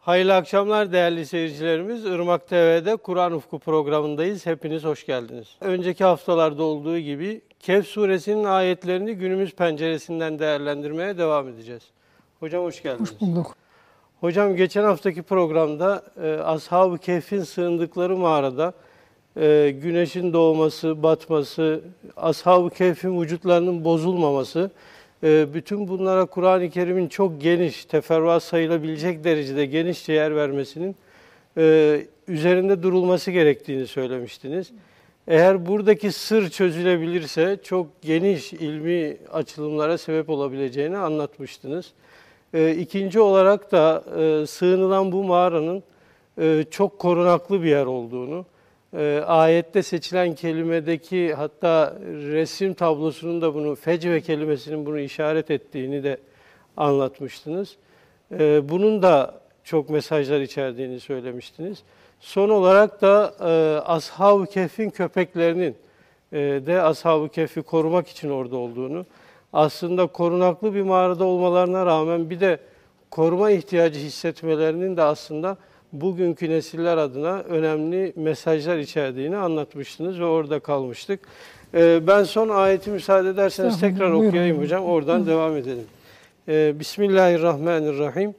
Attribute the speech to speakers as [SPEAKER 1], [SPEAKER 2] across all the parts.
[SPEAKER 1] Hayırlı akşamlar değerli seyircilerimiz. Irmak TV'de Kur'an Ufku programındayız. Hepiniz hoş geldiniz. Önceki haftalarda olduğu gibi Kehf suresinin ayetlerini günümüz penceresinden değerlendirmeye devam edeceğiz. Hocam hoş geldiniz.
[SPEAKER 2] Hoş bulduk.
[SPEAKER 1] Hocam geçen haftaki programda Ashab-ı Kehf'in sığındıkları mağarada güneşin doğması, batması, Ashab-ı Kehf'in vücutlarının bozulmaması, bütün bunlara Kur'an-ı Kerim'in çok geniş, teferruat sayılabilecek derecede genişçe yer vermesinin üzerinde durulması gerektiğini söylemiştiniz. Eğer buradaki sır çözülebilirse çok geniş ilmi açılımlara sebep olabileceğini anlatmıştınız. İkinci olarak da sığınılan bu mağaranın çok korunaklı bir yer olduğunu, ayette seçilen kelimedeki hatta resim tablosunun da bunu, fecve kelimesinin bunu işaret ettiğini de anlatmıştınız. Bunun da çok mesajlar içerdiğini söylemiştiniz. Son olarak da Ashab-ı Kehf'in köpeklerinin de Ashab-ı Kehf'i korumak için orada olduğunu, aslında korunaklı bir mağarada olmalarına rağmen bir de koruma ihtiyacı hissetmelerinin de aslında bugünkü nesiller adına önemli mesajlar içerdiğini anlatmıştınız ve orada kalmıştık. Ben son ayeti müsaade ederseniz tekrar okuyayım hocam, oradan devam edelim. Bismillahirrahmanirrahim.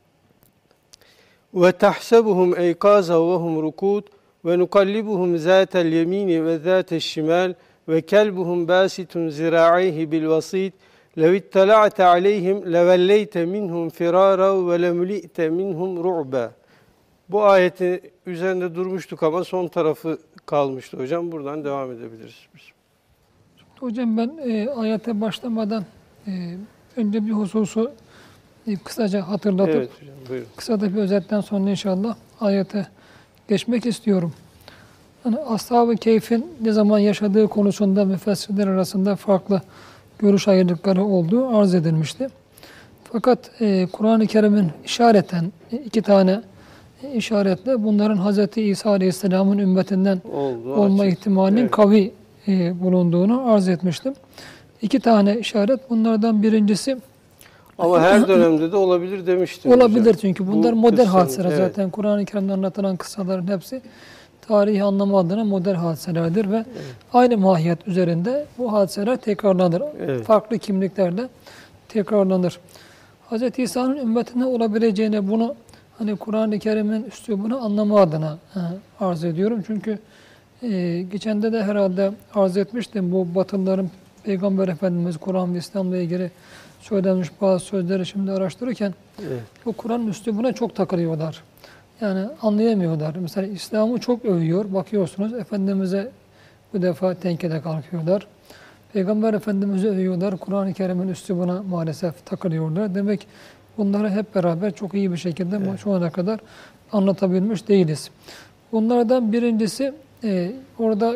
[SPEAKER 1] Ve tahsebuhum eykaza ve hum rukud ve nukallibuhum zâtel yemini ve zâteş şimal ve kelbuhum basitun zira'ayhi bil vasit lev ittala'te aleyhim levelleyte minhum firara ve lemli'te minhum ru'ba. Bu ayeti üzerinde durmuştuk ama son tarafı kalmıştı hocam. Buradan devam edebiliriz biz.
[SPEAKER 2] Hocam ben ayete başlamadan önce bir hususu kısaca hatırlatıp
[SPEAKER 1] evet, hocam, buyurun.
[SPEAKER 2] Kısa da bir özetten sonra inşallah ayete geçmek istiyorum. Yani Ashab-ı Kehf'in ne zaman yaşadığı konusunda müfessirler arasında farklı görüş ayrılıkları olduğu arz edilmişti. Fakat Kur'an-ı Kerim'in işareten iki tane işaretle bunların Hz. İsa Aleyhisselam'ın ümmetinden olma ihtimalinin kavi bulunduğunu arz etmiştim. İki tane işaret. Bunlardan birincisi
[SPEAKER 1] ama her dönemde de olabilir demiştim.
[SPEAKER 2] Olabilir
[SPEAKER 1] hocam.
[SPEAKER 2] Çünkü bunlar model hadiseler. Evet. Zaten Kur'an-ı Kerim'de anlatılan kıssaların hepsi tarihi anlamı adına model hadiselerdir ve aynı mahiyet üzerinde bu hadiseler tekrarlanır. Evet. Farklı kimliklerle tekrarlanır. Hz. İsa'nın ümmetine olabileceğine bunu hani Kur'an-ı Kerim'in üslubunu anlama adına arz ediyorum. Çünkü geçen de herhalde arz etmiştim bu Batılıların Peygamber Efendimiz Kur'an ve İslam'la ilgili söylenmiş bazı sözleri şimdi araştırırken bu Kur'an'ın üslubuna çok takılıyorlar. Yani anlayamıyorlar. Mesela İslam'ı çok övüyor. Bakıyorsunuz Efendimiz'e bu defa tenkide kalkıyorlar. Peygamber Efendimiz'i övüyorlar. Kur'an-ı Kerim'in üslubuna maalesef takılıyorlar. Demek bunları hep beraber çok iyi bir şekilde şu ana kadar anlatabilmiş değiliz. Bunlardan birincisi orada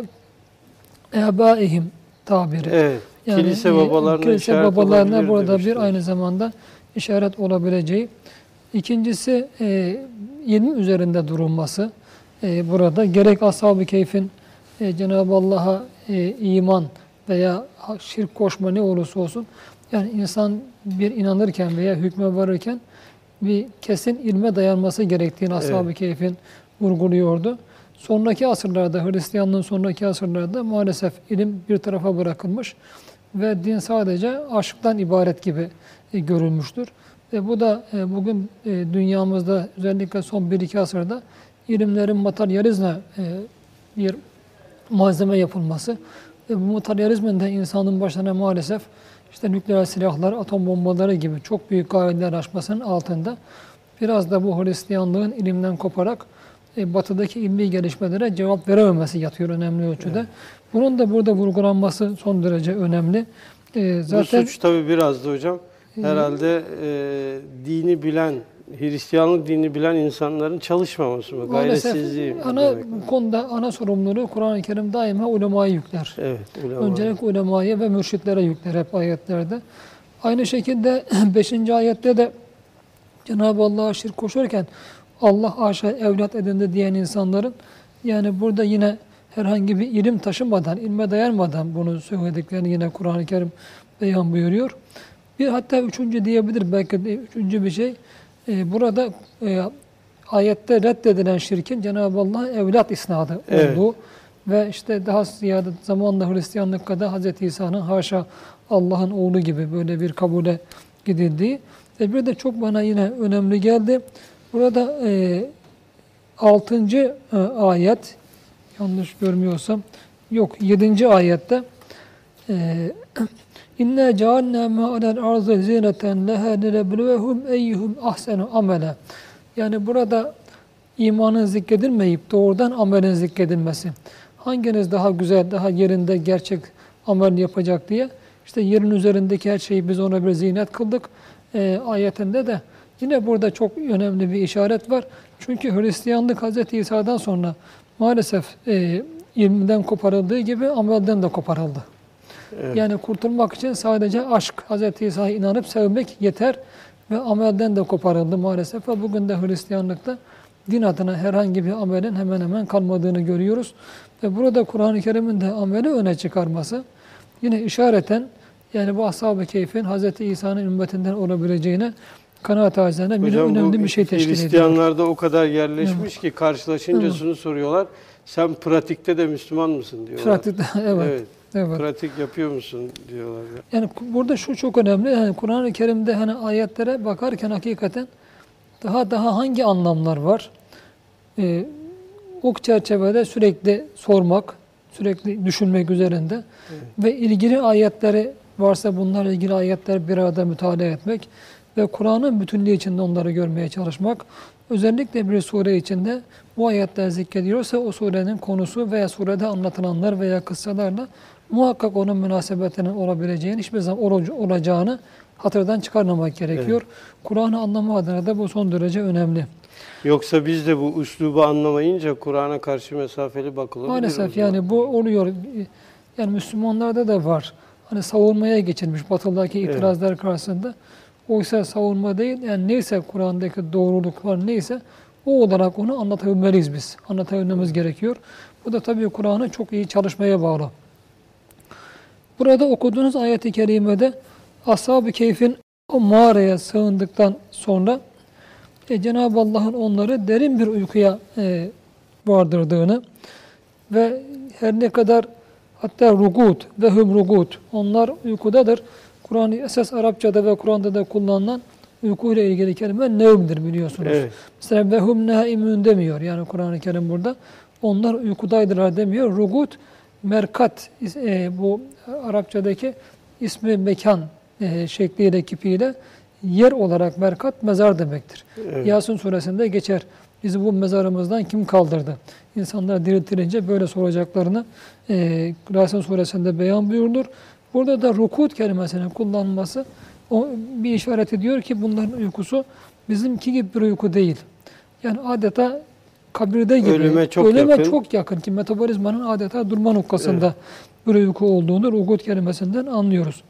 [SPEAKER 2] ebaihim tabiri.
[SPEAKER 1] Evet.
[SPEAKER 2] Yani,
[SPEAKER 1] kilise
[SPEAKER 2] babalarına burada bir aynı zamanda işaret olabileceği. İkincisi ilim üzerinde durulması. Burada gerek Ashab-ı Kehf'in Cenab-ı Allah'a iman veya şirk koşma ne olursa olsun yani insan bir inanırken veya hükme varırken bir kesin ilme dayanması gerektiğini Ashab-ı Kehf'in vurguluyordu. Sonraki asırlarda, Hristiyanlığın sonraki asırlarda maalesef ilim bir tarafa bırakılmış ve din sadece aşktan ibaret gibi görülmüştür. Ve bu da bugün dünyamızda özellikle son 1-2 asırda ilimlerin materyalizme bir malzeme yapılması ve bu materyalizmin de insanın başına maalesef işte nükleer silahlar, atom bombaları gibi çok büyük gayeler aşmasının altında biraz da bu Hristiyanlığın ilimden koparak batıdaki ilmi gelişmelere cevap verememesi yatıyor önemli ölçüde. Evet. Bunun da burada vurgulanması son derece önemli.
[SPEAKER 1] Zaten bu suç tabii biraz da hocam herhalde dini bilen, Hristiyanlık dini bilen insanların çalışmaması mı, gayretsizliği mi?
[SPEAKER 2] Konuda ana sorumluluğu Kur'an-ı Kerim daima ulemaya yükler.
[SPEAKER 1] Evet,
[SPEAKER 2] Öncelikle ulemaya ve mürşitlere yükler hep ayetlerde. Aynı şekilde 5. ayette de Cenab-ı Allah'a şirk koşarken Allah haşa evlat edindi diyen insanların yani burada yine herhangi bir ilim taşımadan, ilme dayanmadan bunu söylediklerini yine Kur'an-ı Kerim beyan buyuruyor. Bir hatta üçüncü diyebilir belki de üçüncü bir şey. Burada ayette reddedilen şirkin Cenab-ı Allah'a evlat isnadı olduğu ve işte daha ziyade zamanla Hristiyanlıkta Hz. İsa'nın haşa Allah'ın oğlu gibi böyle bir kabule gidildiği. Bir de çok bana yine önemli geldi. Burada 6. ayet, yanlış görmüyorsam, yok 7. ayette İnna cealna ma alel ardı zineten leha linebluhum eyyuhum ahsenu amela. Yani burada imanın zikredilmeyip doğrudan amelin zikredilmesi. Hanginiz daha güzel, daha yerinde gerçek amel yapacak diye. İşte yerin üzerindeki her şeyi biz ona bir zinet kıldık. Ayetinde de yine burada çok önemli bir işaret var. Çünkü Hristiyanlık Hz. İsa'dan sonra maalesef ilmden koparıldığı gibi amelden de koparıldı.
[SPEAKER 1] Evet.
[SPEAKER 2] Yani kurtulmak için sadece aşk, Hz. İsa'ya inanıp sevmek yeter ve amelden de koparıldı maalesef. Ve bugün de Hristiyanlıkta din adına herhangi bir amelin hemen hemen kalmadığını görüyoruz. Ve burada Kur'an-ı Kerim'in de ameli öne çıkarması yine işareten yani bu Ashab-ı Keyf'in Hz. İsa'nın ümmetinden olabileceğine kanaat acizane bir önemli bir şey teşkil ediyor.
[SPEAKER 1] Hristiyanlarda o kadar yerleşmiş ki karşılaşınca şunu soruyorlar. Sen pratikte de Müslüman mısın diyorlar.
[SPEAKER 2] Pratikte, evet.
[SPEAKER 1] Pratik yapıyor musun diyorlar.
[SPEAKER 2] Yani burada şu çok önemli. Yani Kur'an-ı Kerim'de hani ayetlere bakarken hakikaten daha hangi anlamlar var? O çerçevede sürekli sormak, sürekli düşünmek üzerinde ve ilgili ayetleri varsa bunlarla ilgili ayetler bir arada mütalaa etmek ve Kur'an'ın bütünlüğü içinde onları görmeye çalışmak. Özellikle bir sure içinde bu ayetler zikrediyorsa o surenin konusu veya surede anlatılanlar veya kıssalarla muhakkak onun münasebetinin olabileceğini, hiçbir zaman olacağını hatırdan çıkarmamak gerekiyor. Evet. Kur'an'ı anlama adına da bu son derece önemli.
[SPEAKER 1] Yoksa biz de bu üslubu anlamayınca Kur'an'a karşı mesafeli bakılabilir.
[SPEAKER 2] Maalesef yani bu oluyor. Yani Müslümanlarda da var. Hani savunmaya geçilmiş Batılı'daki itirazlar karşısında. Oysa savunma değil, yani neyse Kur'an'daki doğruluklar neyse o olarak onu anlatabilmeliyiz biz. Anlatabilmemiz gerekiyor. Bu da tabii Kur'an'ı çok iyi çalışmaya bağlı. Burada okuduğunuz ayet-i kerimede Ashab-ı Keyf'in o mağaraya sığındıktan sonra Cenab-ı Allah'ın onları derin bir uykuya vardırdığını ve her ne kadar hatta rugud ve hum rugud onlar uykudadır. Kur'an-ı esas Arapçada ve Kur'an'da da kullanılan uyku ile ilgili kelime nevmdir biliyorsunuz. Evet. Mesela ve hum naimün demiyor yani Kur'an-ı Kerim burada. Onlar uykudaydılar demiyor. Rugud merkat bu Arapçadaki ismi mekan şekliyle kipiyle yer olarak merkat mezar demektir. Evet. Yasin suresinde geçer. Bizi bu mezarımızdan kim kaldırdı? İnsanlar diriltilince böyle soracaklarını Yasin suresinde beyan buyurulur. Burada da rukut kelimesinin kullanılması o bir işaret ediyor ki bunların uykusu bizimki gibi bir uyku değil. Yani adeta kabirde gibi, ölüme çok yakın ki metabolizmanın adeta durma noktasında bir uyku olduğunu rukut kelimesinden anlıyoruz.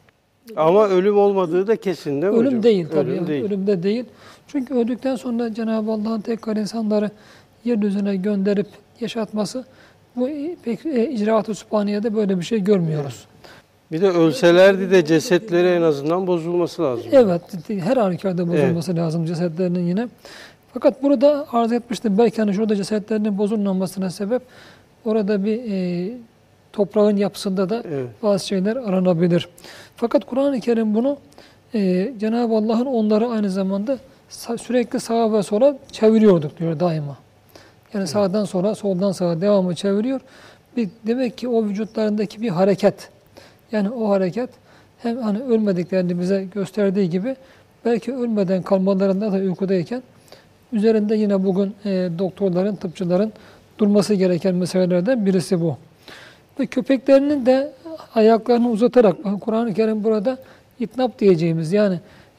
[SPEAKER 1] Ama ölüm olmadığı da kesin değil mi
[SPEAKER 2] ölüm
[SPEAKER 1] hocam?
[SPEAKER 2] Değil tabii. Ölüm değil. Ölümde değil. Çünkü öldükten sonra Cenab-ı Allah'ın tekrar insanları yeryüzüne gönderip yaşatması bu pek icraat-ı sübhaniyede böyle bir şey görmüyoruz.
[SPEAKER 1] Bir de ölselerdi de cesetleri en azından bozulması lazım.
[SPEAKER 2] Evet, her halükarda bozulması lazım cesetlerinin yine. Fakat burada arz etmiştim, belki hani şurada cesetlerinin bozulmamasına sebep orada bir toprağın yapısında da bazı şeyler aranabilir. Fakat Kur'an-ı Kerim bunu Cenab-ı Allah'ın onları aynı zamanda sürekli sağa ve sola çeviriyorduk diyor daima. Yani sağdan sola, soldan sağa devamlı çeviriyor. Demek ki o vücutlarındaki bir hareket. Yani o hareket hem hani ölmediklerini bize gösterdiği gibi belki ölmeden kalmalarında da uykudayken üzerinde yine bugün doktorların, tıpçıların durması gereken meselelerden birisi bu. Ve köpeklerinin de ayaklarını uzatarak, Kur'an-ı Kerim burada itnap diyeceğimiz yani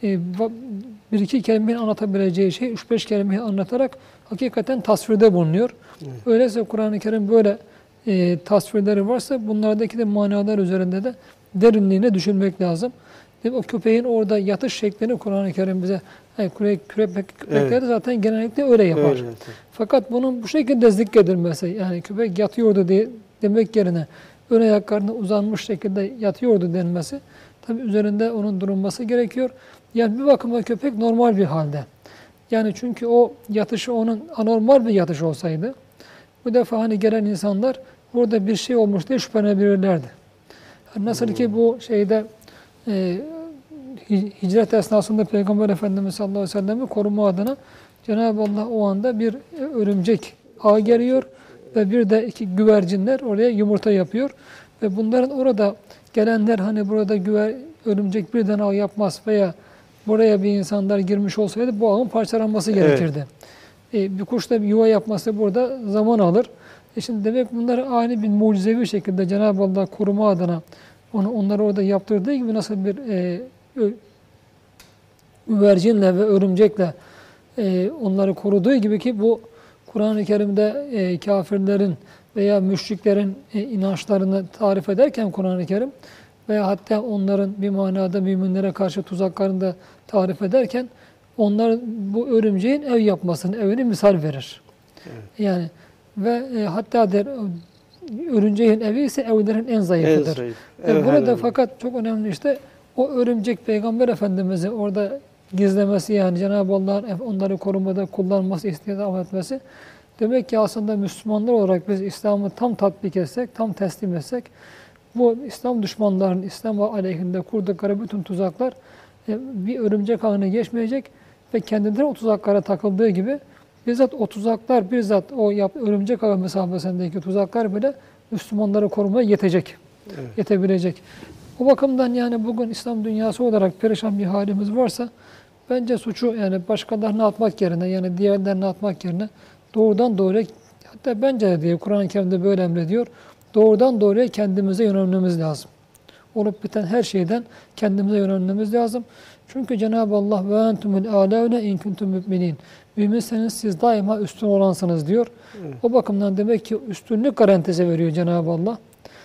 [SPEAKER 2] bir iki kelimeyi anlatabileceği şey 3-5 kelimeyi anlatarak hakikaten tasvirde bulunuyor. Öyleyse Kur'an-ı Kerim böyle tasvirleri varsa bunlardaki de manalar üzerinde de derinliğine düşünmek lazım. O köpeğin orada yatış şeklini Kur'an-ı Kerim bize köpekler de zaten genellikle öyle yapar. Fakat bunun bu şekilde zikredilmesi yani köpek yatıyordu diye demek yerine ön ayaklarına uzanmış şekilde yatıyordu denmesi tabi üzerinde onun durulması gerekiyor. Yani bir bakıma köpek normal bir halde. Yani çünkü o yatışı onun anormal bir yatış olsaydı, bu defa hani gelen insanlar burada bir şey olmuş diye şüphelenebilirlerdi. Nasıl ki bu şeyde hicret esnasında Peygamber Efendimiz sallallahu aleyhi ve sellem'i koruma adına Cenab-ı Allah o anda bir örümcek ağı geliyor ve bir de iki güvercinler oraya yumurta yapıyor. Ve bunların orada gelenler hani burada örümcek birden ağ yapmaz veya buraya bir insanlar girmiş olsaydı bu ağın parçalanması gerekirdi. Bir kuş da bir yuva yapması burada zaman alır. Şimdi demek bunlar aynı bir mucizevi şekilde Cenab-ı Allah koruma adına onları orada yaptırdığı gibi nasıl bir güvercinle ve örümcekle onları koruduğu gibi ki bu Kur'an-ı Kerim'de kafirlerin veya müşriklerin inançlarını tarif ederken Kur'an-ı Kerim veya hatta onların bir manada müminlere karşı tuzaklarını da tarif ederken onlar bu örümceğin ev yapmasını, evini misal verir. Evet. Yani ve hatta der örümceğin evi ise evlerin en zayıfıdır. En zayıf. Burada fakat çok önemli işte o örümcek Peygamber Efendimiz'i orada gizlemesi yani Cenab-ı Allah'ın onları korumada kullanması, istihdam etmesi. Demek ki aslında Müslümanlar olarak biz İslam'ı tam tatbik etsek, tam teslim etsek bu İslam düşmanlarının İslam aleyhinde kurdukları bütün tuzaklar bir örümcek ağını geçmeyecek ve kendileri o tuzaklara takıldığı gibi bizzat o tuzaklar, örümcek ağı mesafesindeki tuzaklar bile Müslümanları korumaya yetecek, yetebilecek. O bakımdan yani bugün İslam dünyası olarak perişan bir halimiz varsa bence suçu yani başkalarına atmak yerine yani diğerlerine atmak yerine doğrudan doğruya hatta bence de diye Kur'an-ı Kerim'de böyle emrediyor. Doğrudan doğruya kendimize yönelmemiz lazım. Olup biten her şeyden kendimize yönelmemiz lazım. Çünkü Cenab-ı Allah ve entumul âlâune in kuntum mü'minin. Müminseniz siz daima üstün olansınız diyor. Evet. O bakımdan demek ki üstünlük garantisi veriyor Cenab-ı Allah.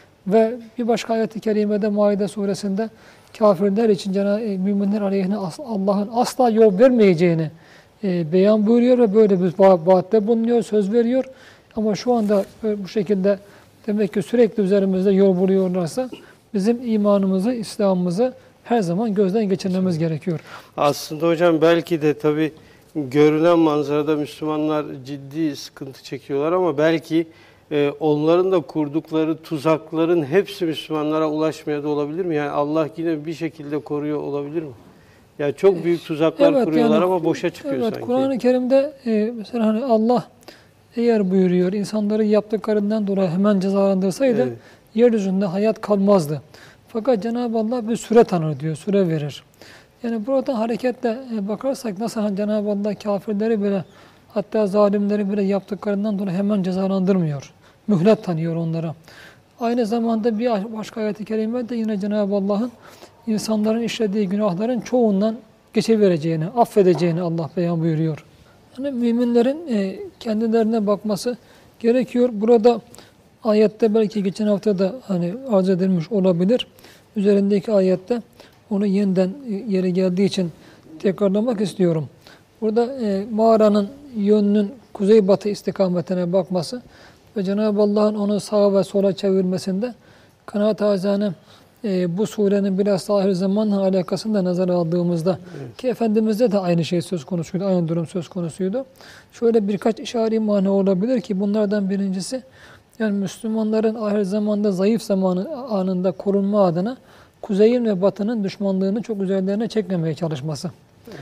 [SPEAKER 2] Ve bir başka ayet-i kerimede Maide suresinde kafirler için müminler aleyhine Allah'ın asla yol vermeyeceğini beyan buyuruyor ve böyle bir vaatte bulunuyor, söz veriyor. Ama şu anda bu şekilde demek ki sürekli üzerimizde yol buluyorlarsa bizim imanımızı, İslam'ımızı her zaman gözden geçirmemiz gerekiyor.
[SPEAKER 1] Aslında hocam belki de tabii görünen manzarada Müslümanlar ciddi sıkıntı çekiyorlar ama belki onların da kurdukları tuzakların hepsi Müslümanlara ulaşmaya da olabilir mi? Yani Allah yine bir şekilde koruyor olabilir mi? Yani çok büyük tuzaklar kuruyorlar yani, ama boşa çıkıyor sanki.
[SPEAKER 2] Kur'an-ı Kerim'de mesela hani Allah eğer buyuruyor insanları yaptıklarından dolayı hemen cezalandırsaydı yeryüzünde hayat kalmazdı. Fakat Cenab-ı Allah bir süre tanır diyor, süre verir. Yani buradan hareketle bakarsak nasıl Cenab-ı Allah kafirleri bile hatta zalimleri bile yaptıklarından dolayı hemen cezalandırmıyor. Mühlet tanıyor onlara. Aynı zamanda bir başka ayet-i kerimede yine Cenab-ı Allah'ın insanların işlediği günahların çoğundan geçevereceğini, affedeceğini Allah beyan buyuruyor. Yani müminlerin kendilerine bakması gerekiyor. Burada ayette belki geçen hafta da hani arz edilmiş olabilir. Üzerindeki ayette onu yeniden yeri geldiği için tekrarlamak istiyorum. Burada mağaranın yönünün kuzeybatı istikametine bakması ve Cenab-ı Allah'ın onu sağa ve sola çevirmesinde kanaat acizane bu surenin biraz ahir zamanla alakasını da nazara aldığımızda ki Efendimiz'de de aynı şey söz konusuydu, aynı durum söz konusuydu. Şöyle birkaç işari mana olabilir ki bunlardan birincisi yani Müslümanların ahir zamanda zayıf zamanı anında korunma adına kuzeyin ve batının düşmanlığını çok üzerlerine çekmemeye çalışması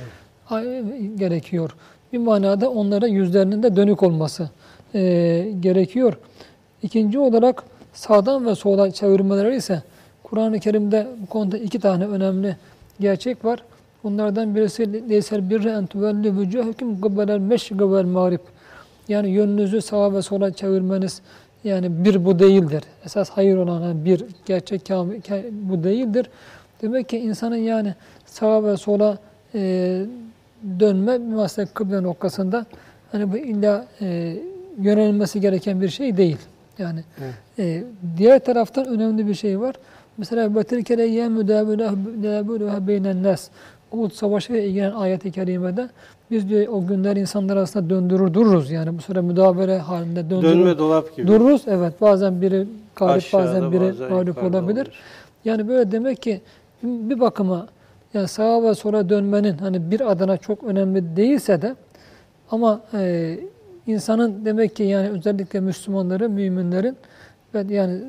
[SPEAKER 2] gerekiyor. Bir manada onlara yüzlerinin de dönük olması gerekiyor. İkinci olarak sağdan ve soldan çevirmeleri ise Kur'an-ı Kerim'de bu konuda iki tane önemli gerçek var. Bunlardan birisi leysel birre en tuvelli vücuhukum kıbbelel meşriki vel mağrib. Yani yönünüzü sağa ve sola çevirmeniz yani bir bu değildir. Esas hayır olan yani bir gerçek bu değildir. Demek ki insanın yani sağa ve sola dönme mesela kıble noktasında hani bu illa yönelmesi gereken bir şey değil. Yani diğer taraftan önemli bir şey var. Mesela betilkele yemü dâbûlûhâ beynen nas. Uhud Savaşı ile ilgilenen ayet-i kerimede biz diyor o günler insanlar arasında dururuz. Yani bu süre müdavere halinde
[SPEAKER 1] dönme dolap gibi.
[SPEAKER 2] Dururuz. Evet. Bazen biri galip, bazen biri mağlup olabilir. Yani böyle demek ki bir bakıma yani sağa ve sola dönmenin hani bir adına çok önemli değilse de Ama insanın demek ki yani özellikle Müslümanların, müminlerin ve yani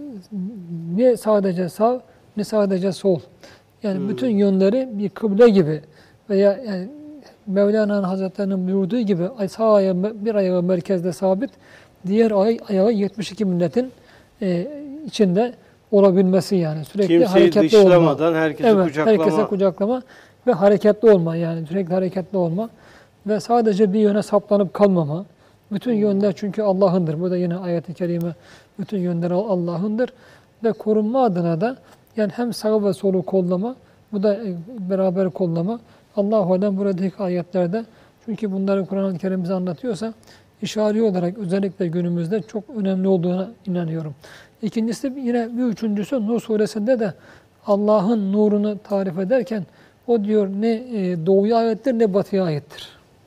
[SPEAKER 2] ne sadece sağ ne sadece sol. Yani bütün yönleri bir kıble gibi veya yani Mevlana'nın Hazretleri'nin buyurduğu gibi sağ ayağı, bir ayağı merkezde sabit, diğer ayağı 72 milletin içinde olabilmesi yani. Sürekli
[SPEAKER 1] Kimseyi
[SPEAKER 2] hareketli
[SPEAKER 1] dışlamadan
[SPEAKER 2] olma.
[SPEAKER 1] herkesi kucaklama.
[SPEAKER 2] Herkese kucaklama ve hareketli olma yani sürekli hareketli olma ve sadece bir yöne saplanıp kalmama. Bütün yönler çünkü Allah'ındır. Bu da yine ayet-i kerime bütün yönler Allah'ındır ve korunma adına da yani hem sağı ve solu kollama, bu da beraber kollama. Allah-u Alem buradaki ayetlerde çünkü bunları Kur'an-ı Kerim bize anlatıyorsa işari olarak özellikle günümüzde çok önemli olduğuna inanıyorum. İkincisi yine bir üçüncüsü Nur suresinde de Allah'ın nurunu tarif ederken o diyor ne doğuya aittir ne batıya aittir.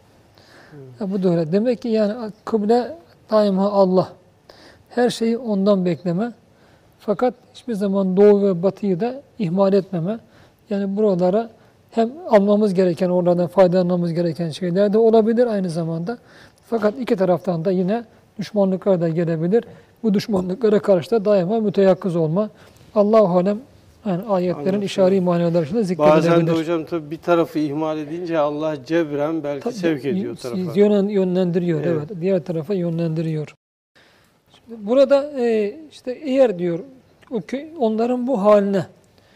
[SPEAKER 2] Bu da öyle. Demek ki yani kıble daima Allah. Her şeyi ondan bekleme. Fakat hiçbir zaman doğu ve batıyı da ihmal etmeme. Yani buralara hem almamız gereken, oradan faydalanmamız gereken şeyler de olabilir aynı zamanda. Fakat iki taraftan da yine düşmanlıklar da gelebilir. Bu düşmanlıklara karşı da daima müteyakkız olma. Allah-u Alem yani ayetlerin işari manaları içinde zikredilebilir.
[SPEAKER 1] Bazen de hocam tabii bir tarafı ihmal edince Allah cebren belki sevk ediyor tarafa.
[SPEAKER 2] Yönlendiriyor, evet. Diğer tarafa yönlendiriyor. Şimdi burada işte eğer diyor onların bu haline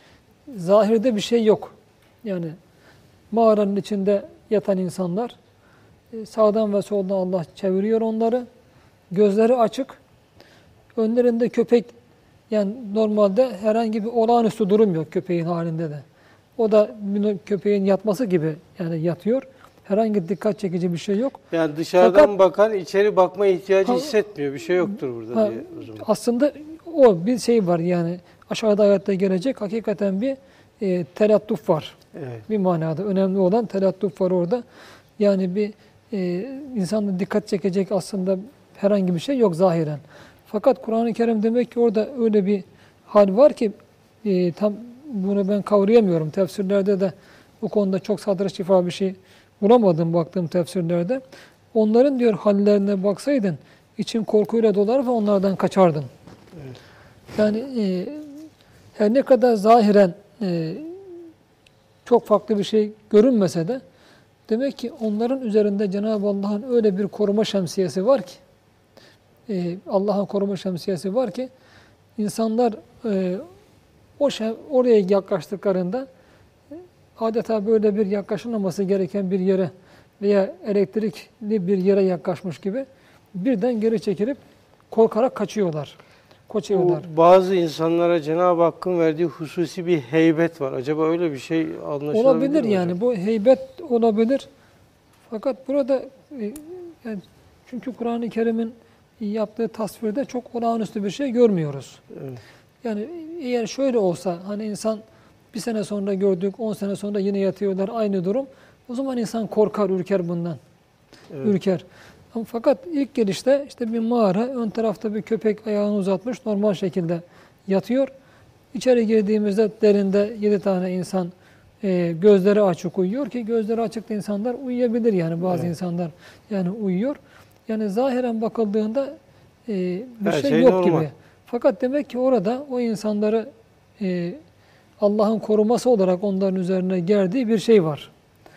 [SPEAKER 2] zahirde bir şey yok. Yani mağaranın içinde yatan insanlar sağdan ve soldan Allah çeviriyor onları. Gözleri açık. Önlerinde köpek yani normalde herhangi bir olağanüstü durum yok köpeğin halinde de. O da köpeğin yatması gibi yani yatıyor. Herhangi dikkat çekici bir şey yok.
[SPEAKER 1] Yani dışarıdan bakan içeri bakma ihtiyacı hissetmiyor. Bir şey yoktur burada diye o zaman.
[SPEAKER 2] Aslında o bir şey var yani aşağıda ayette gelecek hakikaten bir telattuf var.
[SPEAKER 1] Evet.
[SPEAKER 2] Bir manada önemli olan telattuf var orada. Yani bir insanın dikkat çekecek aslında herhangi bir şey yok zahiren. Fakat Kur'an-ı Kerim demek ki orada öyle bir hal var ki tam bunu ben kavrayamıyorum. Tefsirlerde de bu konuda çok sadra şifa bir şey bulamadım baktığım tefsirlerde. Onların diyor hallerine baksaydın için korkuyla dolar ve onlardan kaçardın. Evet. Yani her ne kadar zahiren çok farklı bir şey görünmese de demek ki onların üzerinde Cenab-ı Allah'ın öyle bir koruma şemsiyesi var ki Allah'ın koruma şemsiyesi var ki insanlar oraya yaklaştıklarında adeta böyle bir yaklaşılmaması gereken bir yere veya elektrikli bir yere yaklaşmış gibi birden geri çekilip korkarak kaçıyorlar.
[SPEAKER 1] Bazı insanlara Cenab-ı Hakk'ın verdiği hususi bir heybet var. Acaba öyle bir şey anlaşılabilir
[SPEAKER 2] olabilir
[SPEAKER 1] mi
[SPEAKER 2] yani
[SPEAKER 1] hocam? Bu
[SPEAKER 2] heybet olabilir. Fakat burada yani çünkü Kur'an-ı Kerim'in yaptığı tasvirde çok olağanüstü bir şey görmüyoruz. Evet. Yani eğer şöyle olsa hani insan bir sene sonra gördük, 10 sene sonra yine yatıyorlar aynı durum. O zaman insan korkar, ürker bundan. Evet. Ürker. Ama fakat ilk gelişte işte bir mağara, ön tarafta bir köpek ayağını uzatmış normal şekilde yatıyor. İçeri girdiğimizde derinde 7 tane insan gözleri açık uyuyor ki gözleri açık insanlar uyuyabilir yani bazı insanlar yani uyuyor. Yani zahiren bakıldığında bir şey yok normal gibi. Fakat demek ki orada o insanları Allah'ın koruması olarak onların üzerine geldiği bir şey var.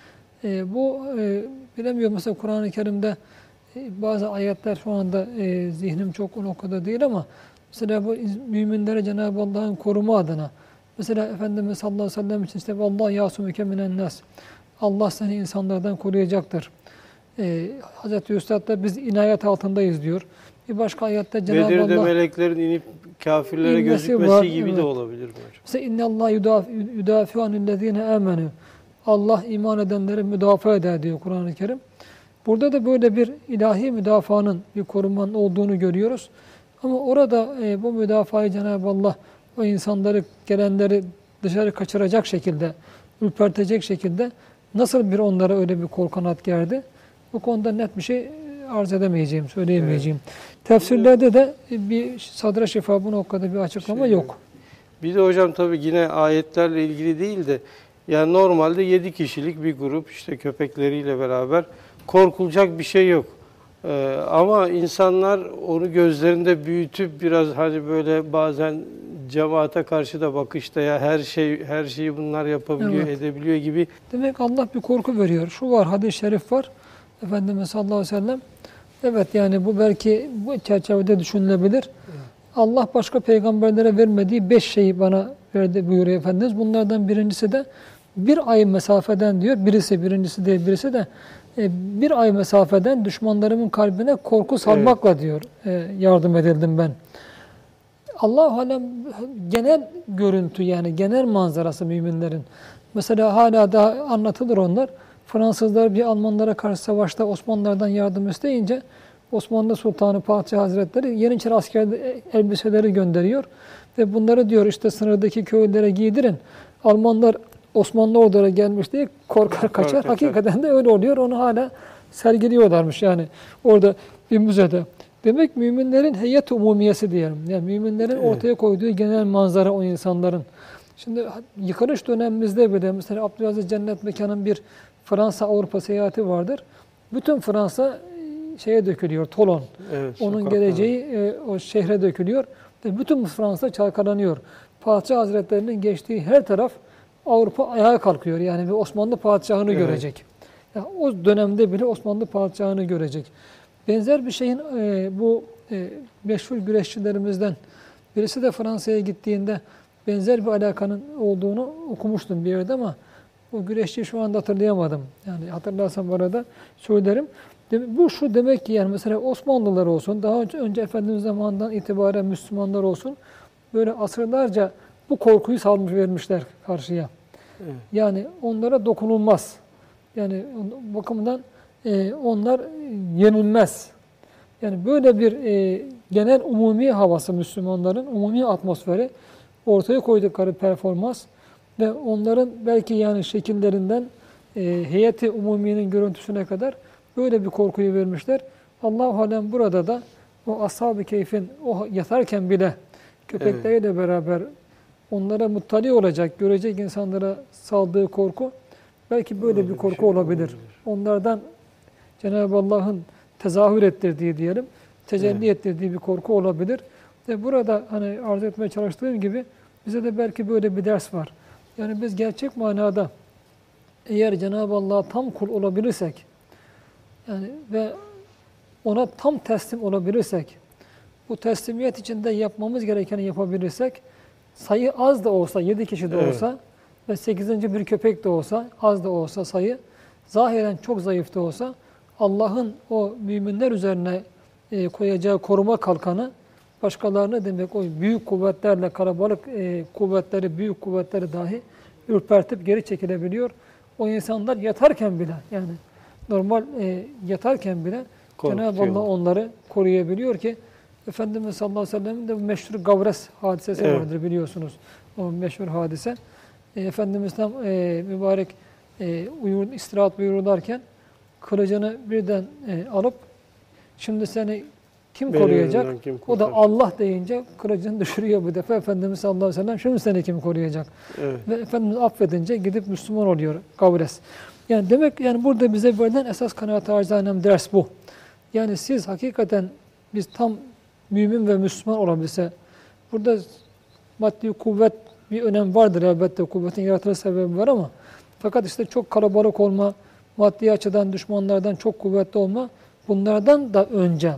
[SPEAKER 2] Bu bilemiyorum mesela Kur'an-ı Kerim'de bazı ayetler şu anda zihnim çok o noktada değil ama mesela bu müminlere Cenab-ı Allah'ın koruma adına mesela Efendimiz sallallahu aleyhi ve sellem için işte vallahi yasumuke minen nas. Allah seni insanlardan koruyacaktır. Hazreti Üstad da biz inayet altındayız diyor. Bir başka ayette Cenab-ı Allah
[SPEAKER 1] Bedir'de meleklerin inip kafirlere gözükmesi var, gibi de olabilir mi hocam?
[SPEAKER 2] Mesela innallâh yudâfi'u anillezîne âmenû. Allah iman edenleri müdafaa eder diyor Kur'an-ı Kerim. Burada da böyle bir ilahi müdafaanın, bir korumanın olduğunu görüyoruz. Ama orada bu müdafayı Cenab-ı Allah o insanları, gelenleri dışarı kaçıracak şekilde, ürpertecek şekilde nasıl bir onlara öyle bir kol kanat gerdi? Bu konuda net bir şey arz edemeyeceğim, söyleyemeyeceğim. Evet. Tefsirlerde de bir sadra şifa bu noktada bir açıklama yok.
[SPEAKER 1] Bir de hocam tabii yine ayetlerle ilgili değil de yani normalde 7 kişilik bir grup işte köpekleriyle beraber korkulacak bir şey yok. Ama insanlar onu gözlerinde büyütüp biraz hani böyle bazen cemaate karşı da bakışta ya her şeyi bunlar yapabiliyor,
[SPEAKER 2] Evet.
[SPEAKER 1] edebiliyor gibi.
[SPEAKER 2] Demek Allah bir korku veriyor. Şu var, hadis-i şerif var. Efendimiz sallallahu aleyhi ve sellem. Evet, yani bu belki bu çerçevede düşünülebilir. Allah başka peygamberlere vermediği 5 şeyi bana verdi buyuruyor Efendimiz. Bunlardan birincisi de bir ay mesafeden diyor. Birincisi değil, birisi de bir ay mesafeden düşmanlarımın kalbine korku salmakla diyor yardım edildim ben. Allah-u Alem genel görüntü, yani genel manzarası müminlerin. Mesela hala daha anlatılır onlar. Fransızlar bir Almanlara karşı savaşta Osmanlılardan yardım isteyince Osmanlı Sultanı Padişah Hazretleri Yeniçeri asker elbiseleri gönderiyor. Ve bunları diyor işte sınırdaki köylere giydirin. Almanlar Osmanlı ordulara gelmiş diye korkar kaçar. Hakikaten de öyle oluyor. Onu hala sergiliyorlarmış yani orada bir müzede. Demek müminlerin heyet umumiyesi diyelim. Yani müminlerin ortaya koyduğu genel manzara o insanların. Şimdi yıkılış dönemimizde bile mesela Abdülaziz Cennet Mekan'ın bir Fransa-Avrupa seyahati vardır. Bütün Fransa şeye dökülüyor, Tolon.
[SPEAKER 1] Evet,
[SPEAKER 2] onun geleceği o şehre dökülüyor. Ve bütün Fransa çalkalanıyor. Padişah Hazretlerinin geçtiği her taraf Avrupa ayağa kalkıyor. Yani bir Osmanlı padişahını görecek. Yani o dönemde bile Osmanlı padişahını görecek. Benzer bir şeyin bu meşhur güreşçilerimizden birisi de Fransa'ya gittiğinde benzer bir alakanın olduğunu okumuştum bir yerde ama o güreşçiyi şu anda hatırlayamadım. Yani hatırlarsam bu arada söylerim. Bu şu demek ki yani mesela Osmanlılar olsun, daha önce Efendimiz zamanından itibaren Müslümanlar olsun böyle asırlarca bu korkuyu salmış vermişler karşıya. Evet. Yani onlara dokunulmaz. Yani bakımdan onlar yenilmez. Yani böyle bir genel umumi havası Müslümanların, umumi atmosferi ortaya koydukları performans ve onların belki yani şekillerinden heyeti umuminin görüntüsüne kadar böyle bir korkuyu vermişler. Allah-u Alem burada da o Ashab-ı Keyf'in o yatarken bile köpekleriyle beraber onlara muttali olacak, görecek insanlara saldığı korku belki böyle bir korku olabilir. Onlardan Cenab-ı Allah'ın tezahür ettirdiği diyelim, tecelli ettirdiği bir korku olabilir. Ve burada hani arz etmeye çalıştığım gibi bize de belki böyle bir ders var. Yani biz gerçek manada eğer Cenab-ı Allah'a tam kul olabilirsek yani ve ona tam teslim olabilirsek, bu teslimiyet içinde yapmamız gerekeni yapabilirsek, sayı az da olsa, 7 kişi de olsa ve 8. bir köpek de olsa, az da olsa sayı, zahiren çok zayıf da olsa, Allah'ın o müminler üzerine koyacağı koruma kalkanı, başkalarını demek o büyük kuvvetlerle, kalabalık kuvvetleri, büyük kuvvetleri dahi ürpertip geri çekilebiliyor. O insanlar yatarken bile, yani normal yatarken bile Cenab-ı Allah onları koruyabiliyor ki Efendimiz sallallahu aleyhi ve sellem'in de meşhur Gavres hadisesi vardır biliyorsunuz. O meşhur hadise. Efendimiz'den mübarek istirahat buyururlarken kılıcını birden alıp şimdi seni kim koruyacak? O da Allah deyince kılıcını düşürüyor bu defa Efendimiz sallallahu aleyhi ve sellem. Şimdi seni kim koruyacak? Ve Efendimiz affedince gidip Müslüman oluyor Gavres. Yani demek yani burada bize verilen esas kanaat-ı acizane ders bu. Yani siz hakikaten biz tam mümin ve Müslüman olabilse burada maddi kuvvet bir önem vardır elbette. Kuvvetin yaratılış sebebi var ama fakat işte çok kalabalık olma, maddi açıdan düşmanlardan çok kuvvetli olma bunlardan da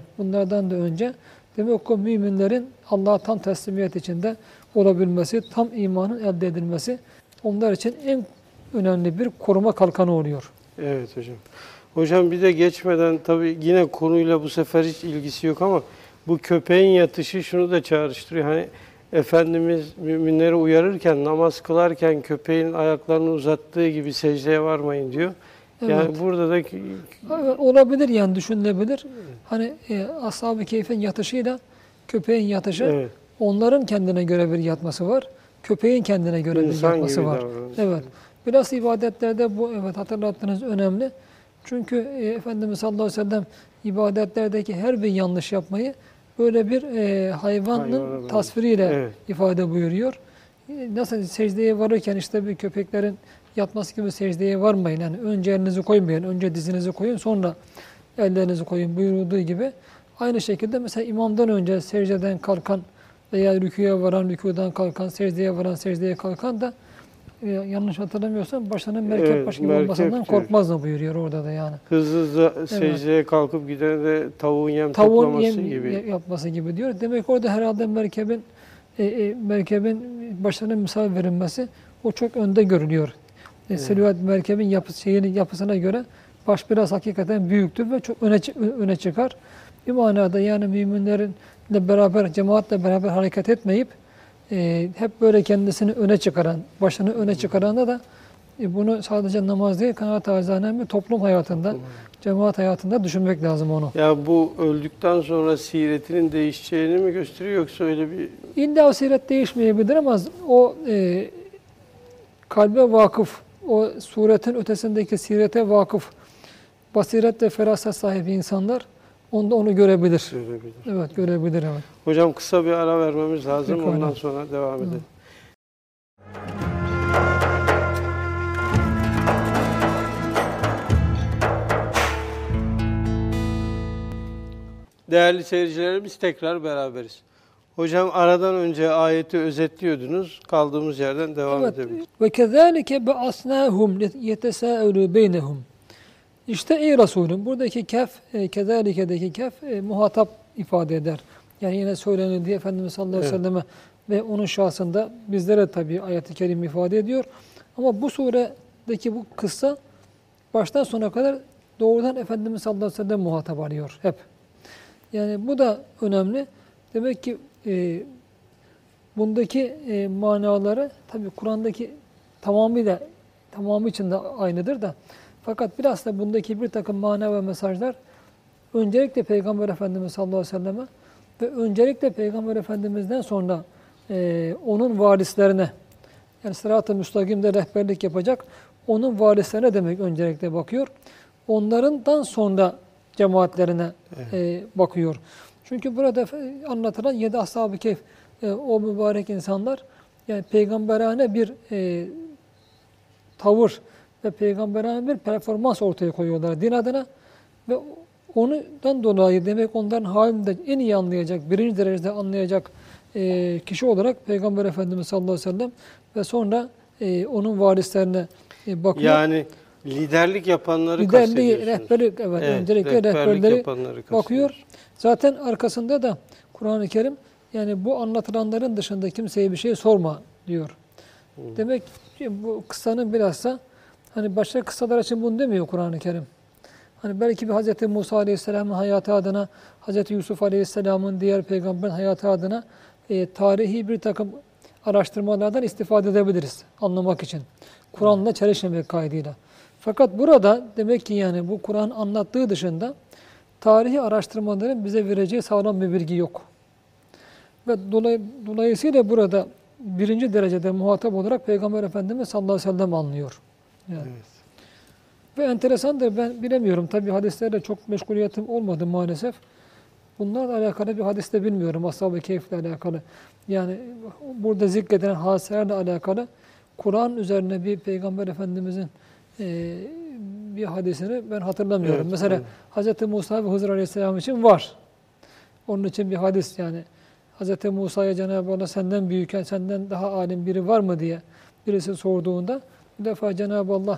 [SPEAKER 2] önce demek ki müminlerin Allah'a tam teslimiyet içinde olabilmesi, tam imanın elde edilmesi onlar için en önemli bir koruma kalkanı oluyor.
[SPEAKER 1] Evet hocam. Hocam bir de geçmeden tabii yine konuyla bu sefer hiç ilgisi yok ama bu köpeğin yatışı şunu da çağrıştırıyor. Hani Efendimiz müminleri uyarırken, namaz kılarken köpeğin ayaklarını uzattığı gibi secdeye varmayın diyor. Yani burada da
[SPEAKER 2] olabilir yani düşünülebilir. Hani Ashab-ı Keyf'in yatışıyla köpeğin yatışı onların kendine göre bir yatması var. Köpeğin kendine göre bir yatması var. Evet. Biraz ibadetlerde bu hatırlattığınız önemli. Çünkü Efendimiz sallallahu aleyhi ve sellem ibadetlerdeki her bir yanlış yapmayı böyle bir hayvanın tasviriyle ifade buyuruyor. Nasıl secdeye varırken işte bir köpeklerin yatması gibi secdeye varmayın. Yani önce elinizi koymayın, önce dizinizi koyun, sonra ellerinizi koyun buyurduğu gibi. Aynı şekilde mesela imamdan önce secdeden kalkan veya rüküye varan, rüküden kalkan, secdeye varan, secdeye kalkan da yanlış hatırlamıyorsam başının merkep başı gibi
[SPEAKER 1] merkep
[SPEAKER 2] olmasından
[SPEAKER 1] diyor.
[SPEAKER 2] korkmaz da buyuruyor orada da yani.
[SPEAKER 1] Hızlı secdeye kalkıp gidene de tavuğun yem
[SPEAKER 2] Tavuğun
[SPEAKER 1] toplaması
[SPEAKER 2] yem
[SPEAKER 1] gibi.
[SPEAKER 2] yapması gibi diyor. Demek orada herhalde merkebin başlarına misal verilmesi o çok önde görülüyor. Silüet merkebin yapısına göre baş biraz hakikaten büyüktür ve çok öne çıkar. Bir manada yani müminlerle beraber, cemaatle beraber hareket etmeyip hep böyle kendisini öne çıkaran, başını öne çıkaranda da bunu sadece namaz değil, kanaat acizane bir toplum hayatında, cemaat hayatında düşünmek lazım onu.
[SPEAKER 1] Ya bu öldükten sonra siretinin değişeceğini mi gösteriyor yoksa öyle bir...
[SPEAKER 2] İlla o siret değişmeyebilir ama o kalbe vakıf, o suretin ötesindeki sirete vakıf, basiret ve feraset sahibi insanlar onda onu görebilir. Evet, görebilir. Evet.
[SPEAKER 1] Hocam kısa bir ara vermemiz lazım.
[SPEAKER 2] Peki,
[SPEAKER 1] Ondan sonra devam edelim. Değerli seyircilerimiz tekrar beraberiz. Hocam aradan önce ayeti özetliyordunuz. Kaldığımız yerden devam edebiliriz.
[SPEAKER 2] Ve kezalike be'asnahum yetesâelû beynehum. İşte ey Resulüm, buradaki kef, kezalike'deki kef muhatap ifade eder. Yani yine söylenildiği Efendimiz sallallahu aleyhi ve selleme ve onun şahsında bizlere tabii ayet-i kerim ifade ediyor. Ama bu suredeki bu kıssa baştan sona kadar doğrudan Efendimiz sallallahu aleyhi ve sellem muhatap alıyor hep. Yani bu da önemli. Demek ki bundaki manaları tabii Kur'an'daki tamamı için de aynıdır da fakat biraz da bundaki bir takım mana ve mesajlar öncelikle Peygamber Efendimiz sallallahu aleyhi ve selleme ve öncelikle Peygamber Efendimiz'den sonra onun varislerine yani sırat-ı müstakimde rehberlik yapacak onun varislerine demek öncelikle bakıyor. Onlardan sonra cemaatlerine bakıyor. Çünkü burada anlatılan 7 ashab-ı kehf o mübarek insanlar yani peygamberane bir tavır ve peygamberane bir performans ortaya koyuyorlar din adına ve ondan dolayı demek onların halini de en iyi anlayacak, birinci derecede anlayacak kişi olarak Peygamber Efendimiz sallallahu aleyhi ve sellem ve sonra onun varislerine bakıyor.
[SPEAKER 1] Yani liderlik yapanları kastediyorsunuz.
[SPEAKER 2] Rehberlik, evet öncelikle rehberleri bakıyor. Zaten arkasında da Kur'an-ı Kerim yani bu anlatılanların dışında kimseye bir şey sorma diyor. Demek ki bu kıssanın bilhassa hani başka kıssalar için bunu demiyor Kur'an-ı Kerim. Hani belki bir Hz. Musa Aleyhisselam'ın hayatı adına, Hz. Yusuf Aleyhisselam'ın diğer peygamberin hayatı adına tarihi bir takım araştırmalardan istifade edebiliriz anlamak için. Kur'an'la çelişmemek kaydıyla. Fakat burada demek ki yani bu Kur'an anlattığı dışında tarihi araştırmaların bize vereceği sağlam bir bilgi yok. Ve dolayısıyla burada birinci derecede muhatap olarak Peygamber Efendimiz sallallahu aleyhi ve sellem anlıyor. Yani. Evet. Ve enteresandır, ben bilemiyorum. Tabi hadislerle çok meşguliyetim olmadı maalesef. Bunlarla alakalı bir hadis de bilmiyorum. Ashab-ı Kehf'le alakalı. Yani burada zikredilen hadiselerle alakalı Kur'an üzerine bir Peygamber Efendimizin bir hadisini ben hatırlamıyorum. Evet, mesela evet. Hz. Musa ve Hızır Aleyhisselam için var. Onun için bir hadis yani. Hz. Musa'ya Cenab-ı Allah senden büyük, senden daha alim biri var mı diye birisi sorduğunda bir defa Cenab-ı Allah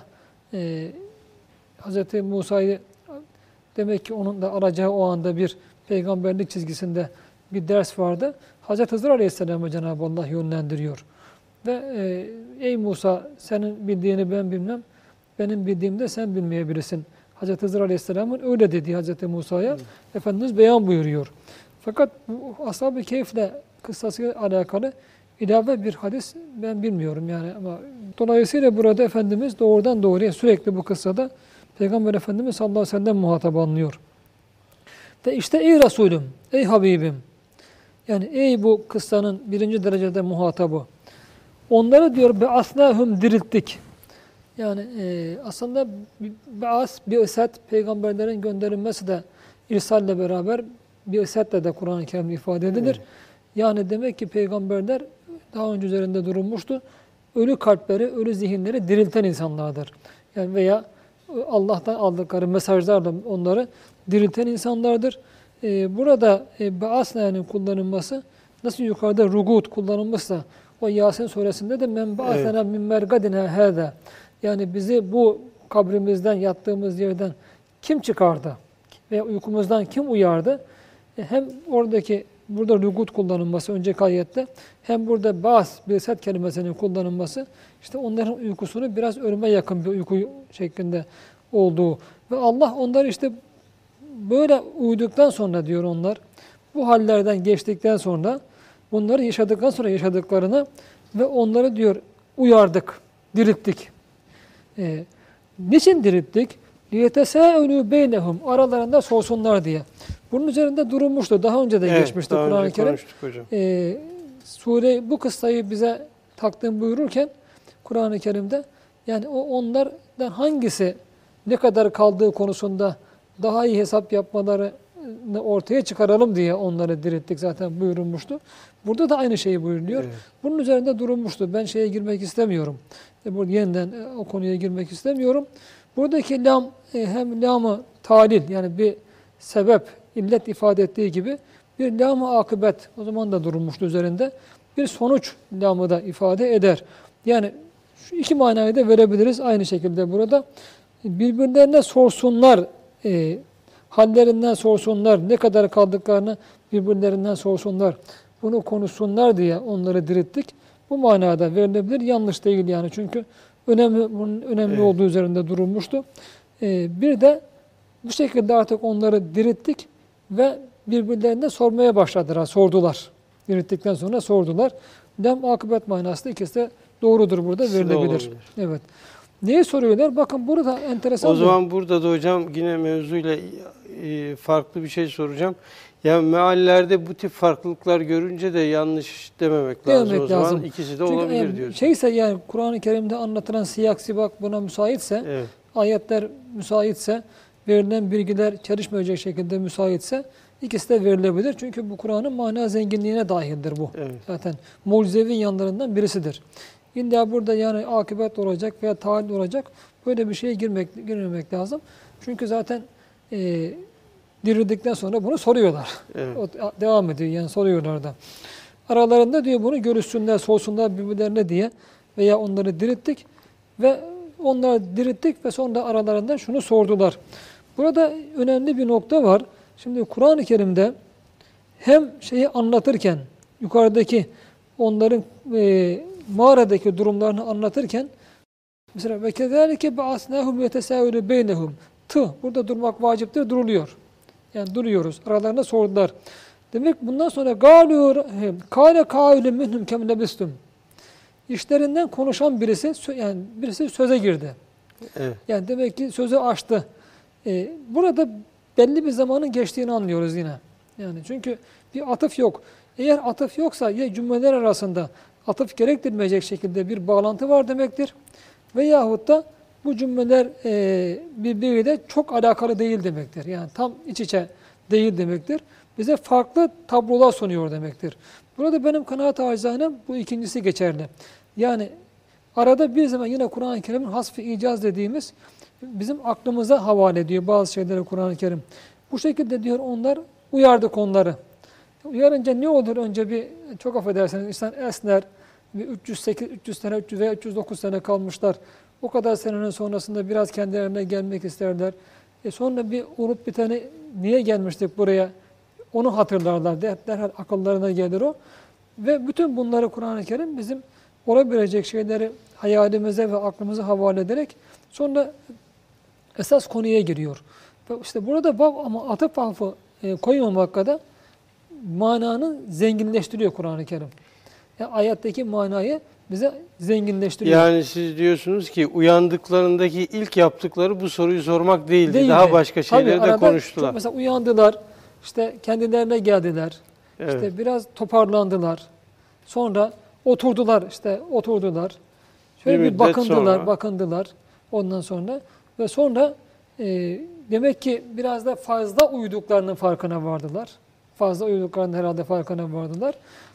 [SPEAKER 2] Hz. Musa'yı demek ki onun da alacağı o anda bir peygamberlik çizgisinde bir ders vardı. Hz. Hızır Aleyhisselam'a Cenab-ı Allah yönlendiriyor. Ve ey Musa senin bildiğini ben bilmem, benim bildiğimde sen bilmeyebilirsin. Hz. Hızır Aleyhisselam'ın öyle dediği Hz. Musa'ya Efendimiz beyan buyuruyor. Fakat bu Ashab-ı Kehf'le kıssasıyla alakalı ilave bir hadis ben bilmiyorum yani ama dolayısıyla burada Efendimiz doğrudan doğruya sürekli bu kıssada Peygamber Efendimiz sallallahu aleyhi ve sellem muhatap anlıyor. Ve işte ey Resulüm, ey Habibim yani ey bu kıssanın birinci derecede muhatabı onları diyor be'asnâhum dirilttik. Yani aslında bi'set peygamberlerin gönderilmesi de irsalle beraber bi'setle de Kur'an-ı Kerim ifade edilir. Evet. Yani demek ki peygamberler daha önce üzerinde durulmuştu. ölü kalpleri, ölü zihinleri dirilten insanlardır. Yani veya Allah'tan aldıkları mesajlarla onları dirilten insanlardır. Burada ba'asna'nın kullanılması nasıl yukarıda rugut kullanılmışsa o Yasin suresinde de men ba'asena min mergadina hâzâ, yani bizi bu kabrimizden, yattığımız yerden kim çıkardı veya uykumuzdan kim uyardı? Hem burada rugut kullanılması önceki ayette, hem burada ba'as bilset kelimesinin kullanılması, işte onların uykusunu biraz ölüme yakın bir uyku şeklinde olduğu ve Allah onları işte böyle uyuduktan sonra diyor onlar, bu hallerden geçtikten sonra, bunları yaşadıktan sonra yaşadıklarını ve onları diyor uyardık, dirilttik. Niçin dirilttik? لِيَتَسَاءُلُوا beynehum, aralarında sorsunlar diye. Bunun üzerinde durulmuştu. Daha önce de geçmişti Kur'an-ı Kerim. Sure bu kıssayı bize takdim buyururken Kur'an-ı Kerim'de, yani onlardan hangisi ne kadar kaldığı konusunda daha iyi hesap yapmalarını ortaya çıkaralım diye onları dirilttik zaten buyurulmuştu. Burada da aynı şeyi buyuruluyor. Evet. Bunun üzerinde durulmuştu. Ben şeye girmek istemiyorum. Burada yeniden o konuya girmek istemiyorum. Buradaki lam hem lam-ı talil, yani bir sebep, illet ifade ettiği gibi bir lam-ı akıbet, o zaman da durulmuştu üzerinde. Bir sonuç lamı da ifade eder. Yani şu iki manayı da verebiliriz aynı şekilde burada. Birbirlerine sorsunlar, hallerinden sorsunlar, ne kadar kaldıklarını birbirlerinden sorsunlar, bunu konuşsunlar diye onları dirilttik. Bu manada verilebilir, yanlış değil yani, çünkü bunun önemli olduğu üzerinde durulmuştu. Bir de bu şekilde artık onları dirilttik ve birbirlerine sormaya başladılar, sordular. Dirilttikten sonra sordular. Dem akıbet manasında ikisi de doğrudur, burada verilebilir. Evet. Neyi soruyorlar? Bakın burada enteresan.
[SPEAKER 1] O zaman burada da hocam yine mevzuyla farklı bir şey soracağım. Yani meallerde bu tip farklılıklar görünce de yanlış dememek lazım. O zaman ikisi de olabilir diyorsun.
[SPEAKER 2] Şeyse, yani Kur'an-ı Kerim'de anlatılan siyak sibak buna müsaitse, ayetler müsaitse, verilen bilgiler çelişmeyecek şekilde müsaitse ikisi de verilebilir. Çünkü bu Kur'an'ın mana zenginliğine dahildir bu. Evet. Zaten mucizevi yanlarından birisidir. İlla burada yani akıbet olacak veya taallil olacak, böyle bir şeye girmemek lazım. Çünkü zaten dirildikten sonra bunu soruyorlar. Evet. Devam ediyor yani, soruyorlar da. Aralarında diyor bunu görüşsünler, sorsunlar birbirlerine diye veya onları dirilttik ve onları dirilttik ve sonra aralarında şunu sordular. Burada önemli bir nokta var. Şimdi Kur'an-ı Kerim'de hem şeyi anlatırken, yukarıdaki onların mağaradaki durumlarını anlatırken, mesela ve kezalike ba'asnahum yetesâûlû beynehum, burada durmak vaciptir, duruluyor. Yani duruyoruz. Aralarında sordular. Demek bundan sonra kâle kâilun minhum kem lebistum. İşlerinden konuşan birisi söze girdi. Evet. Yani demek ki sözü açtı. Burada belli bir zamanın geçtiğini anlıyoruz yine. Yani çünkü bir atıf yok. Eğer atıf yoksa ya cümleler arasında atıf gerektirmeyecek şekilde bir bağlantı var demektir. Veyahut da bu cümleler birbiriyle çok alakalı değil demektir. Yani tam iç içe değil demektir. Bize farklı tablolar sunuyor demektir. Burada benim kanaat acizane bu ikincisi geçerli. Yani arada bir zaman yine Kur'an-ı Kerim'in hasf-ı icaz dediğimiz bizim aklımıza havale ediyor bazı şeyleri Kur'an-ı Kerim. Bu şekilde diyor onlar, uyardık onları. Uyarınca ne olur? Önce çok affedersiniz, insan esner, 300 sene veya 309 sene kalmışlar. O kadar senenin sonrasında biraz kendilerine gelmek isterler. Sonra bir olup biteni, niye gelmiştik buraya? Onu hatırlarlar. Derhal akıllarına gelir o. Ve bütün bunları Kur'an-ı Kerim bizim olabilecek şeyleri hayalimize ve aklımıza havale ederek sonra esas konuya giriyor. Ve işte burada ama atıf harfi koymamak kadar mananı zenginleştiriyor Kur'an-ı Kerim. Yani ayetteki manayı bize zenginleştiriyor.
[SPEAKER 1] Yani siz diyorsunuz ki uyandıklarındaki ilk yaptıkları bu soruyu sormak değildi. Daha başka şeyleri de konuştular.
[SPEAKER 2] Mesela uyandılar, işte kendilerine geldiler, işte biraz toparlandılar. Sonra oturdular. Şöyle bir bakındılar ondan sonra. Ve sonra demek ki biraz da fazla uyuduklarının farkına vardılar. Fazla uyuduklarının herhalde farkına vardılar.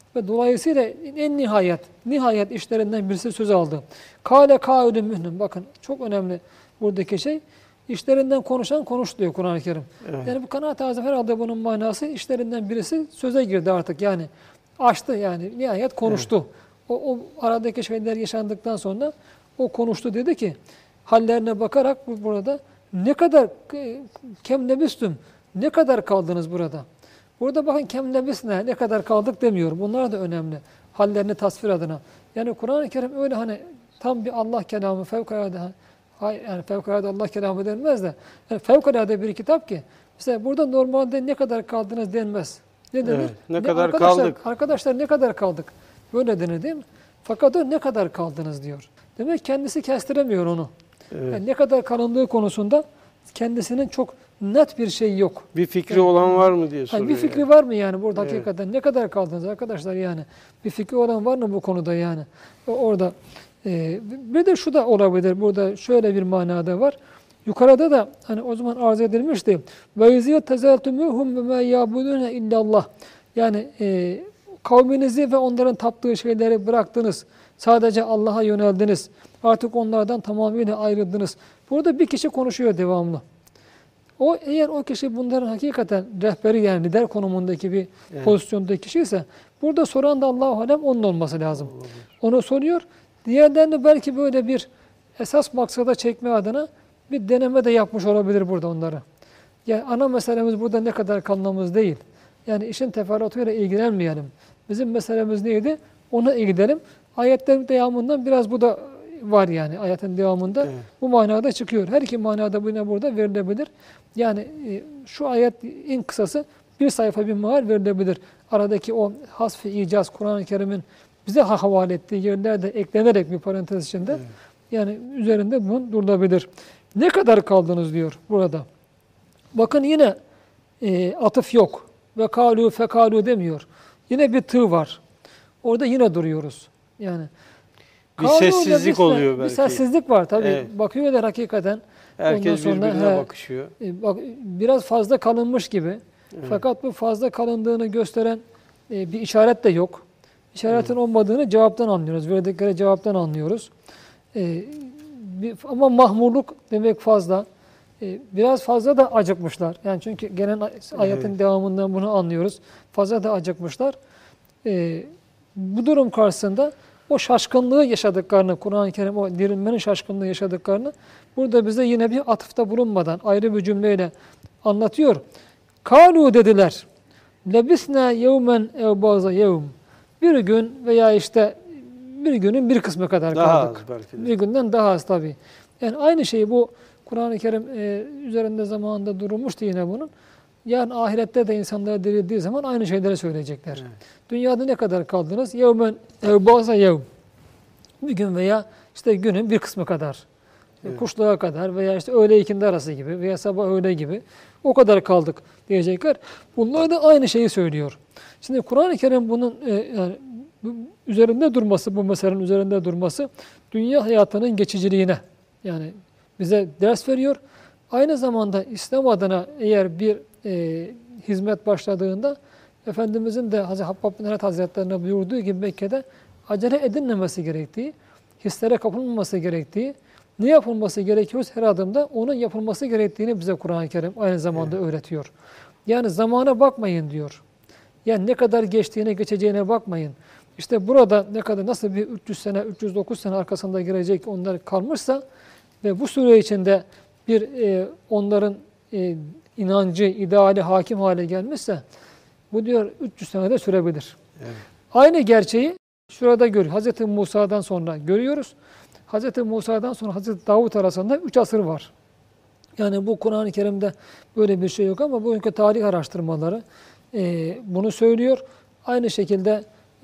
[SPEAKER 2] Ve dolayısıyla en nihayet işlerinden birisi söz aldı. Kâle kâidun minhum. Bakın çok önemli buradaki şey. İşlerinden konuşan konuş diyor Kur'an-ı Kerim.
[SPEAKER 1] Evet.
[SPEAKER 2] Yani bu kanaat azim herhalde bunun manası işlerinden birisi söze girdi artık yani. Açtı yani nihayet konuştu. Evet. O aradaki şeyler yaşandıktan sonra o konuştu dedi ki hallerine bakarak burada ne kadar kemlebüstüm ne kadar kaldınız burada? Burada bakın kemlebüsne ne kadar kaldık demiyor. Bunlar da önemli. Hallerini tasvir adına. Yani Kur'an-ı Kerim öyle hani tam bir Allah kelamı fevkalade yani fevkalade Allah kelamı denmez de yani fevkalade bir kitap ki mesela burada normalde ne kadar kaldınız denmez. Ne denir?
[SPEAKER 1] Evet, ne kadar kaldık?
[SPEAKER 2] Arkadaşlar ne kadar kaldık? Böyle denir değil mi? Fakat o ne kadar kaldınız diyor. Demek kendisi kestiremiyor onu.
[SPEAKER 1] Evet.
[SPEAKER 2] Yani ne kadar kalındığı konusunda kendisinin çok net bir şey yok.
[SPEAKER 1] Bir fikri olan var mı diye soruyor.
[SPEAKER 2] Bir fikri var mı yani burada hakikaten? Ne kadar kaldınız arkadaşlar yani? Bir fikri olan var mı bu konuda yani? Orada bir de şu da olabilir. Burada şöyle bir manada var. Yukarıda da hani o zaman arz edilmişti. Ve izî tezeltumuhum bimâ yâbudûne illallah. Yani kavminizi ve onların taptığı şeyleri bıraktınız. Sadece Allah'a yöneldiniz. Artık onlardan tamamıyla ayrıldınız. Burada bir kişi konuşuyor devamlı. Eğer o kişi bunların hakikaten rehberi yani lider konumundaki bir pozisyondaki kişi ise burada soran da Allah-u Alem onun olması lazım. Onu soruyor. Diğerlerini belki böyle bir esas maksada çekme adına bir deneme de yapmış olabilir burada onları. Yani ana meselemiz burada ne kadar kalmamız değil. Yani işin teferruatıyla ilgilenmeyelim. Bizim meselemiz neydi? Ona ilgilenelim. Ayetlerin devamından biraz bu da var yani ayetin devamında. Evet. Bu manada çıkıyor. Her iki manada bu burada verilebilir. Yani şu ayet en kısası bir sayfa bir meal verilebilir. Aradaki o hasf-ı icaz Kur'an-ı Kerim'in bize havale ettiği yerlerde eklenerek bir parantez içinde yani üzerinde bunun durulabilir. Ne kadar kaldınız diyor burada. Bakın yine atıf yok. Ve kâlû fekâlû demiyor. Yine bir tığ var. Orada yine duruyoruz. Yani
[SPEAKER 1] bir sessizlik oluyor belki.
[SPEAKER 2] Bir sessizlik var tabii.
[SPEAKER 1] Evet.
[SPEAKER 2] Bakıyorlar hakikaten.
[SPEAKER 1] Herkes birbirine bakışıyor.
[SPEAKER 2] Biraz fazla kalınmış gibi. Evet. Fakat bu fazla kalındığını gösteren bir işaret de yok. İşaretin olmadığını cevaptan anlıyoruz. Verdikleri cevaptan anlıyoruz. Ama mahmurluk demek fazla. Biraz fazla da acıkmışlar. Yani çünkü gelen ayetin devamından bunu anlıyoruz. Fazla da acıkmışlar. Bu durum karşısında o şaşkınlığı yaşadıklarını, Kur'an-ı Kerim o dirilmenin şaşkınlığı yaşadıklarını burada bize yine bir atıfta bulunmadan ayrı bir cümleyle anlatıyor. Kâlû dediler. Lebisnâ yevmen ev bâza yevm. Bir gün veya işte bir günün bir kısmı kadar kaldık. Bir günden daha az tabii. Yani aynı şeyi bu Kur'an-ı Kerim üzerinde zamanında durulmuştu yine bunun. Yarın ahirette de insanlara dirildiği zaman aynı şeyleri söyleyecekler. Evet. Dünyada ne kadar kaldınız? Yevmen evbaza yevm. Bir gün veya işte günün bir kısmı kadar. Evet. Kuşluğa kadar veya işte öğle ikindi arası gibi veya sabah öğle gibi o kadar kaldık diyecekler. Bunlar da aynı şeyi söylüyor. Şimdi Kur'an-ı Kerim bunun yani üzerinde durması, bu meselenin üzerinde durması dünya hayatının geçiciliğine yani bize ders veriyor. Aynı zamanda İslam adına eğer bir hizmet başladığında Efendimizin de Habbab bin Arat Hazretlerine buyurduğu gibi Mekke'de acele edilmemesi gerektiği, hislere kapılmaması gerektiği, ne yapılması gerekiyorsa her adımda onun yapılması gerektiğini bize Kur'an-ı Kerim aynı zamanda öğretiyor. Yani zamana bakmayın diyor. Yani ne kadar geçtiğine, geçeceğine bakmayın. İşte burada ne kadar nasıl bir 300 sene, 309 sene arkasında girecek onlar kalmışsa ve bu süre içinde bir onların inancı, ideali hakim hale gelmişse bu diyor 300 senede sürebilir. Evet. Aynı gerçeği şurada görüyoruz. Hz. Musa'dan sonra görüyoruz. Hz. Musa'dan sonra Hz. Davut arasında 3 asır var. Yani bu Kur'an-ı Kerim'de böyle bir şey yok ama bugünkü tarih araştırmaları bunu söylüyor. Aynı şekilde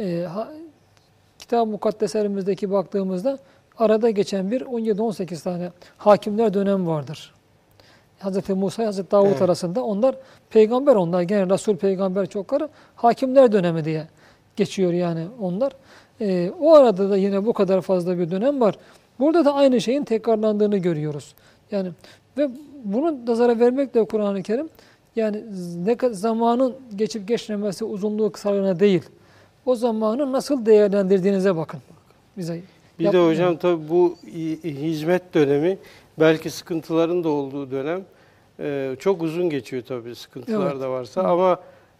[SPEAKER 2] Kitab-ı Mukaddeslerimizdeki baktığımızda arada geçen bir 17-18 tane hakimler dönem vardır. Hz. Musa, Hz. Davut arasında onlar peygamber, onlar gene Resul peygamber çokları hakimler dönemi diye geçiyor yani onlar. O arada da yine bu kadar fazla bir dönem var. Burada da aynı şeyin tekrarlandığını görüyoruz. Yani ve bunu da zarar vermekle Kur'an-ı Kerim yani zamanın geçip geçmemesi uzunluğu kısalığına değil. o zamanı nasıl değerlendirdiğinize bakın. Bize
[SPEAKER 1] Bir de hocam tabii bu hizmet dönemi belki sıkıntıların da olduğu dönem çok uzun geçiyor tabii sıkıntılar
[SPEAKER 2] Evet.
[SPEAKER 1] da varsa ama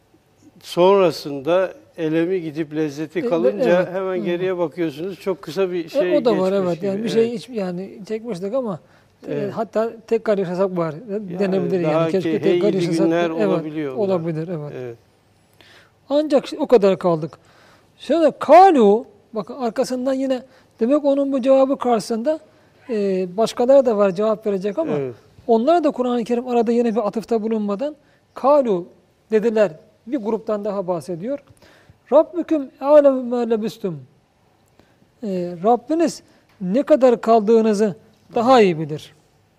[SPEAKER 1] sonrasında elemi gidip lezzeti kalınca
[SPEAKER 2] evet.
[SPEAKER 1] hemen geriye bakıyorsunuz çok kısa bir şey
[SPEAKER 2] o da var
[SPEAKER 1] geçmiş
[SPEAKER 2] evet. Yani
[SPEAKER 1] gibi.
[SPEAKER 2] bir şey yani çekmiştik ama hatta tekrar yaşasak var denebilir
[SPEAKER 1] daha
[SPEAKER 2] yani. Keşke tekrar
[SPEAKER 1] heyli
[SPEAKER 2] yaşasak.
[SPEAKER 1] günler
[SPEAKER 2] Evet,
[SPEAKER 1] olabiliyor onlar.
[SPEAKER 2] olabilir evet.
[SPEAKER 1] Evet.
[SPEAKER 2] Ancak o kadar kaldık. Şöyle kalu, bakın arkasından yine demek onun bu cevabı karşısında başkaları da var cevap verecek ama
[SPEAKER 1] Evet.
[SPEAKER 2] onlar da Kur'an-ı Kerim arada yine bir atıfta bulunmadan kalu dediler. Bir gruptan daha bahsediyor. Rabbüküm alemu ma lebistum. Rabbiniz ne kadar kaldığınızı daha iyi bilir.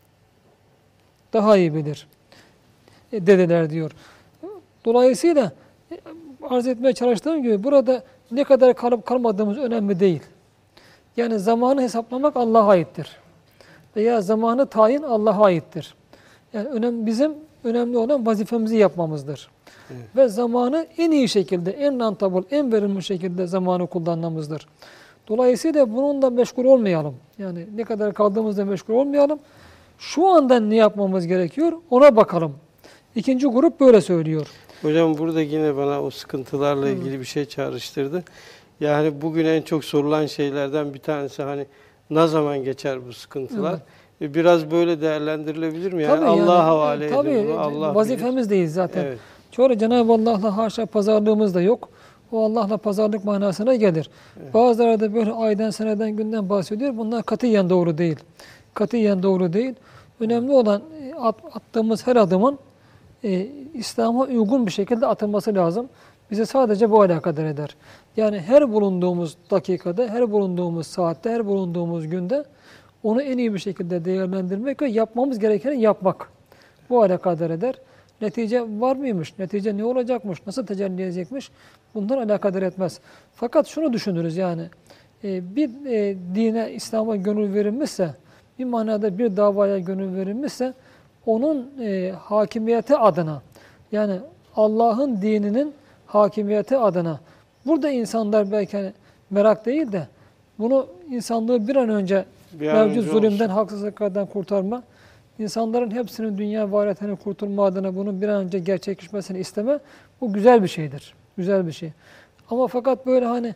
[SPEAKER 2] Daha iyi bilir. Dediler diyor. Dolayısıyla arz etmeye çalıştığım gibi burada ne kadar kalıp kalmadığımız önemli değil. Yani zamanı hesaplamak Allah'a aittir. Veya zamanı tayin Allah'a aittir. Yani bizim önemli olan vazifemizi yapmamızdır.
[SPEAKER 1] Evet.
[SPEAKER 2] Ve zamanı en iyi şekilde, en rentable, en verimli şekilde zamanı kullanmamızdır. Dolayısıyla bununla meşgul olmayalım. Yani ne kadar kaldığımızda meşgul olmayalım. Şu anda ne yapmamız gerekiyor ona bakalım. İkinci grup böyle söylüyor.
[SPEAKER 1] Hocam burada yine bana o sıkıntılarla ilgili bir şey çağrıştırdı. Yani bugün en çok sorulan şeylerden bir tanesi hani ne zaman geçer bu sıkıntılar? Biraz böyle değerlendirilebilir mi? Yani Allah'a havale edin bunu. Allah
[SPEAKER 2] vazifemiz değil zaten.
[SPEAKER 1] Evet.
[SPEAKER 2] Çoğu Cenab-ı Allah'la haşa pazarlığımız da yok. O Allah'la pazarlık manasına gelir. Evet. Bazıları da böyle aydan, seneden, günden bahsediyor. Bunlar katiyen doğru değil. Katiyen doğru değil. Önemli olan attığımız her adımın İslam'a uygun bir şekilde atılması lazım. Bize sadece bu alakadar eder. Yani her bulunduğumuz dakikada, her bulunduğumuz saatte, her bulunduğumuz günde onu en iyi bir şekilde değerlendirmek ve yapmamız gerekeni yapmak. Bu alakadar eder. Netice var mıymış? Netice ne olacakmış? Nasıl tecelli edecekmiş? Bunlar alakadar etmez. Fakat şunu düşünürüz yani. Bir dine, İslam'a gönül verilmişse, bir manada bir davaya gönül verilmişse, onun hakimiyeti adına, yani Allah'ın dininin hakimiyeti adına, burada insanlar belki hani merak değil de, bunu insanlığı bir an önce mevcut zulümden, haksızlıklardan kurtarma, İnsanların hepsinin dünya ve ahiretini kurtulma adına bunun bir an önce gerçekleşmesini isteme, bu güzel bir şeydir. Güzel bir şey. Ama fakat böyle hani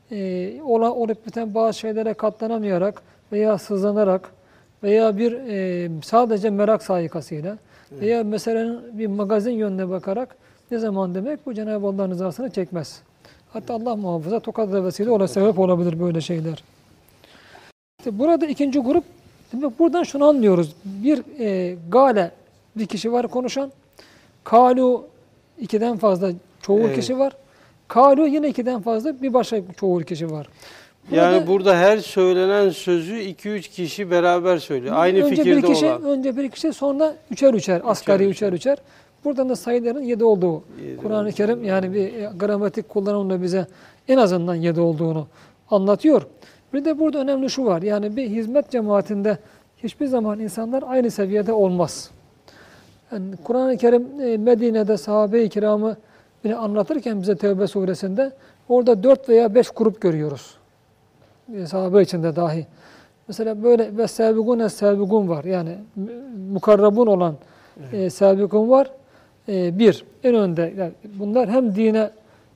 [SPEAKER 2] olup biten bazı şeylere katlanamayarak veya sızlanarak veya bir sadece merak saikasıyla veya meselenin bir magazin yönüne bakarak ne zaman demek bu Cenab-ı Allah'ın rızasını çekmez. Hatta Allah muhafaza tokat vesile ona sebep olabilir böyle şeyler. İşte burada ikinci grup, demek buradan şunu anlıyoruz. Bir gale bir kişi var konuşan. Kalu ikiden fazla çoğul kişi var. Kalu yine ikiden fazla bir başka çoğul kişi var.
[SPEAKER 1] Yani burada her söylenen sözü 2-3 kişi beraber söylüyor. Aynı fikirde olan.
[SPEAKER 2] Önce bir kişi sonra üçer, asgari üçer. Buradan da sayıların 7 olduğu. Kur'an-ı Kerim yani bir gramatik kullanımla bize en azından 7 olduğunu anlatıyor. Bir de burada önemli şu var. Yani bir hizmet cemaatinde hiçbir zaman insanlar aynı seviyede olmaz. Yani Kur'an-ı Kerim Medine'de sahabe-i kiramı anlatırken bize Tevbe suresinde orada 4 veya 5 grup görüyoruz. Sahabe içinde dahi. Mesela böyle ve sevbigun var. Yani mukarrabun olan sevbigun var. Bir, en önde. Yani bunlar hem dine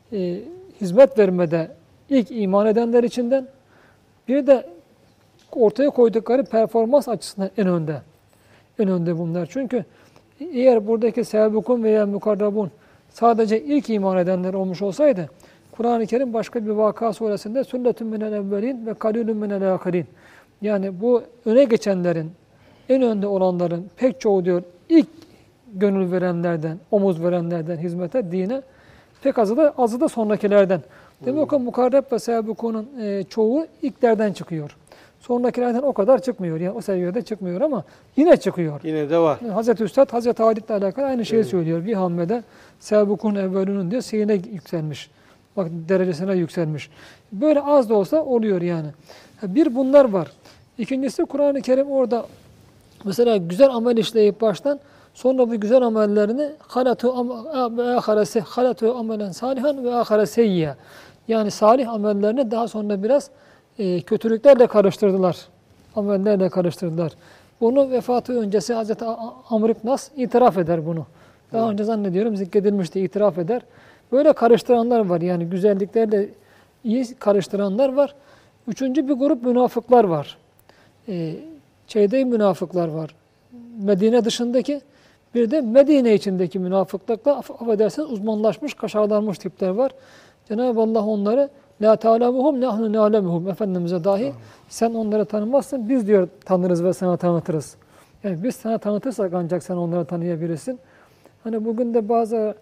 [SPEAKER 2] hizmet vermede ilk iman edenler içinden, bir de ortaya koydukları performans açısından en önde. En önde bunlar. Çünkü eğer buradaki sevbikun veya mukarrabun sadece ilk iman edenler olmuş olsaydı, Kur'an-ı Kerim başka bir Vaka suresinde sülletun minel evvelin ve kalilun minel ahirin. Yani bu öne geçenlerin, en önde olanların pek çoğu diyor ilk gönül verenlerden, omuz verenlerden hizmete, dine, pek azı da sonrakilerden. Demek ki mukarreb ve sevbikunun çoğu ilklerden çıkıyor. Sonrakilerden o kadar çıkmıyor. Yani o seviyede çıkmıyor ama yine çıkıyor.
[SPEAKER 1] Yine de var.
[SPEAKER 2] Yani Hazreti Üstad, Hazreti Halid'le alakalı aynı şeyi söylüyor. Bir hamlede sevbikun evvelünün diyor şeyine yükselmiş. Bak derecesine yükselmiş. Böyle az da olsa oluyor yani. Bir bunlar var. İkincisi Kur'an-ı Kerim orada mesela güzel amel işleyip baştan sonra bu güzel amellerini halatu amelen salihan ve ahare seyyiye. Yani salih amellerini daha sonra biraz kötülüklerle karıştırdılar. Amellerle karıştırdılar. Bunu vefatı öncesi Hazreti Amr ibn As itiraf eder bunu. Daha önce zannediyorum zikredilmişti, itiraf eder. Böyle karıştıranlar var. Yani güzelliklerle iyi karıştıranlar var. Üçüncü bir grup münafıklar var. Şeyde münafıklar var. Medine dışındaki, bir de Medine içindeki münafıklıkla affedersiniz uzmanlaşmış, kaşarlanmış tipler var. Cenab-ı Allah onları la ta'lemuhum nahnu na'lemuhum, Efendimiz'e dahi sen onları tanımazsın, biz diyor tanırız ve sana tanıtırız. Yani biz sana tanıtırsak ancak sen onları tanıyabilirsin. Hani bugün de bazı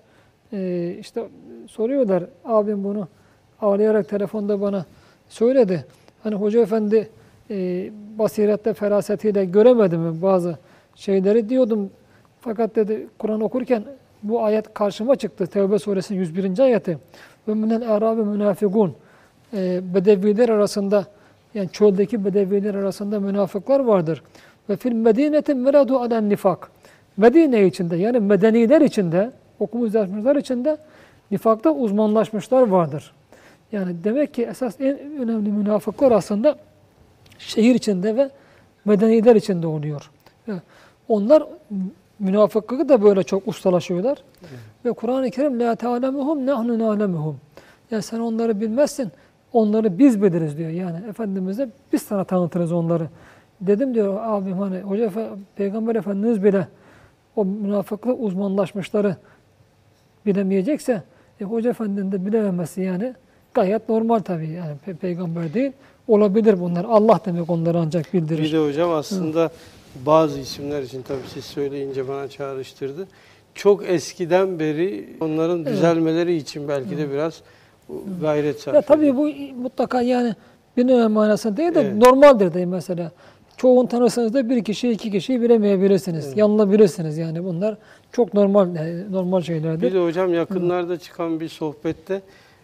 [SPEAKER 2] işte soruyorlar, abim bunu ağlayarak telefonda bana söyledi. Hani Hoca Efendi basiretle, ferasetiyle göremedi mi bazı şeyleri diyordum. Fakat dedi Kur'an okurken bu ayet karşıma çıktı. Tevbe suresinin 101. ayeti. Ve minel a'rabi münafikun. Bedeviler arasında, yani çöldeki bedeviler arasında münafıklar vardır. Ve fil medineti meradu alen nifak. Medine içinde, yani medeniler içinde, okumuş yazmışlar içinde nifakta uzmanlaşmışlar vardır. Yani demek ki esas en önemli münafıklar aslında şehir içinde ve medeniler içinde oluyor. Onlar münafıklığı da böyle çok ustalaşıyorlar. Evet. Ve Kur'an-ı Kerim la ta'lemuhum nahnu na'lemuhum. Yani sen onları bilmezsin, onları biz biliriz diyor. Yani Efendimiz'e biz sana tanıtırız onları. Dedim diyor abim, hani Peygamber Efendimiz bile o münafıklığı uzmanlaşmışları bilemeyecekse Hoca Efendi'nin de bilememesi yani gayet normal tabii. Yani peygamber değil. Olabilir bunlar. Allah demek onları ancak bildirir.
[SPEAKER 1] Bir de hocam aslında bazı isimler için tabii siz söyleyince bana çağrıştırdı. Çok eskiden beri onların düzelmeleri için belki de biraz gayret sarf ediyor.
[SPEAKER 2] Tabii bu mutlaka yani bir manasında değil de normaldir de mesela. Çoğun tanırsanız da bir kişi, iki kişiyi bilemeyebilirsiniz. Evet. Yanılabilirsiniz yani bunlar çok normal şeylerdir.
[SPEAKER 1] Bir de hocam yakınlarda çıkan bir sohbette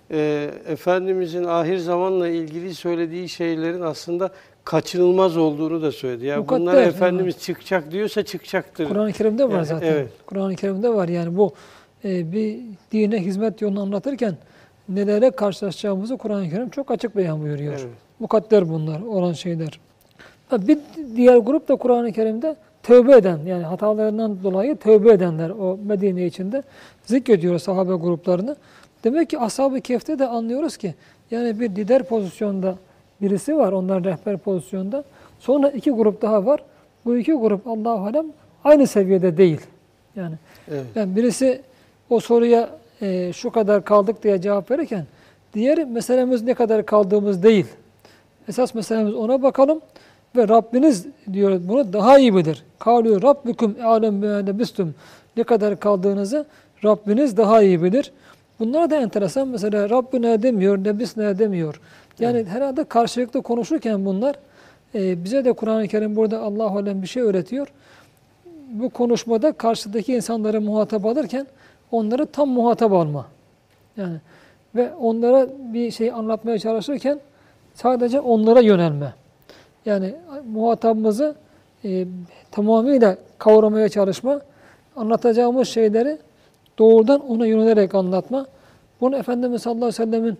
[SPEAKER 1] Efendimizin ahir zamanla ilgili söylediği şeylerin aslında kaçınılmaz olduğunu da söyledi. Yani bunlar Efendimiz çıkacak diyorsa çıkacaktır.
[SPEAKER 2] Kur'an-ı Kerim'de var yani, zaten.
[SPEAKER 1] Evet.
[SPEAKER 2] Kur'an-ı Kerim'de var yani bu bir dine hizmet yolunu anlatırken nelere karşılaşacağımızı Kur'an-ı Kerim çok açık beyan buyuruyor. Evet. Mukadder bunlar olan şeyler. Bir diğer grup da Kur'an-ı Kerim'de tövbe eden, yani hatalarından dolayı tövbe edenler o Medine içinde zikrediyor sahabe gruplarını. Demek ki Ashab-ı Kehf'te de anlıyoruz ki yani bir lider pozisyonda birisi var, onlar rehber pozisyonda. Sonra iki grup daha var. Bu iki grup Allah-u Alem aynı seviyede değil. Yani, yani birisi o soruya şu kadar kaldık diye cevap verirken diğeri meselemiz ne kadar kaldığımız değil. Esas meselemiz ona bakalım ve Rabbiniz diyor bunu daha iyi bilir. Kâlû Rabbukum a'lem bimâ lebistum. Ne kadar kaldığınızı Rabbiniz daha iyi bilir. Bunlar da enteresan. Mesela Rabbine demiyor, lebisne demiyor. Yani herhalde karşılıklı konuşurken bunlar bize de Kur'an-ı Kerim burada Allah-u Alem bir şey öğretiyor. Bu konuşmada karşıdaki insanları muhatap alırken onları tam muhatap alma. Yani ve onlara bir şey anlatmaya çalışırken sadece onlara yönelme. Yani muhatabımızı tamamıyla kavramaya çalışma, anlatacağımız şeyleri doğrudan ona yönelerek anlatma. Bunu Efendimiz sallallahu aleyhi ve sellemin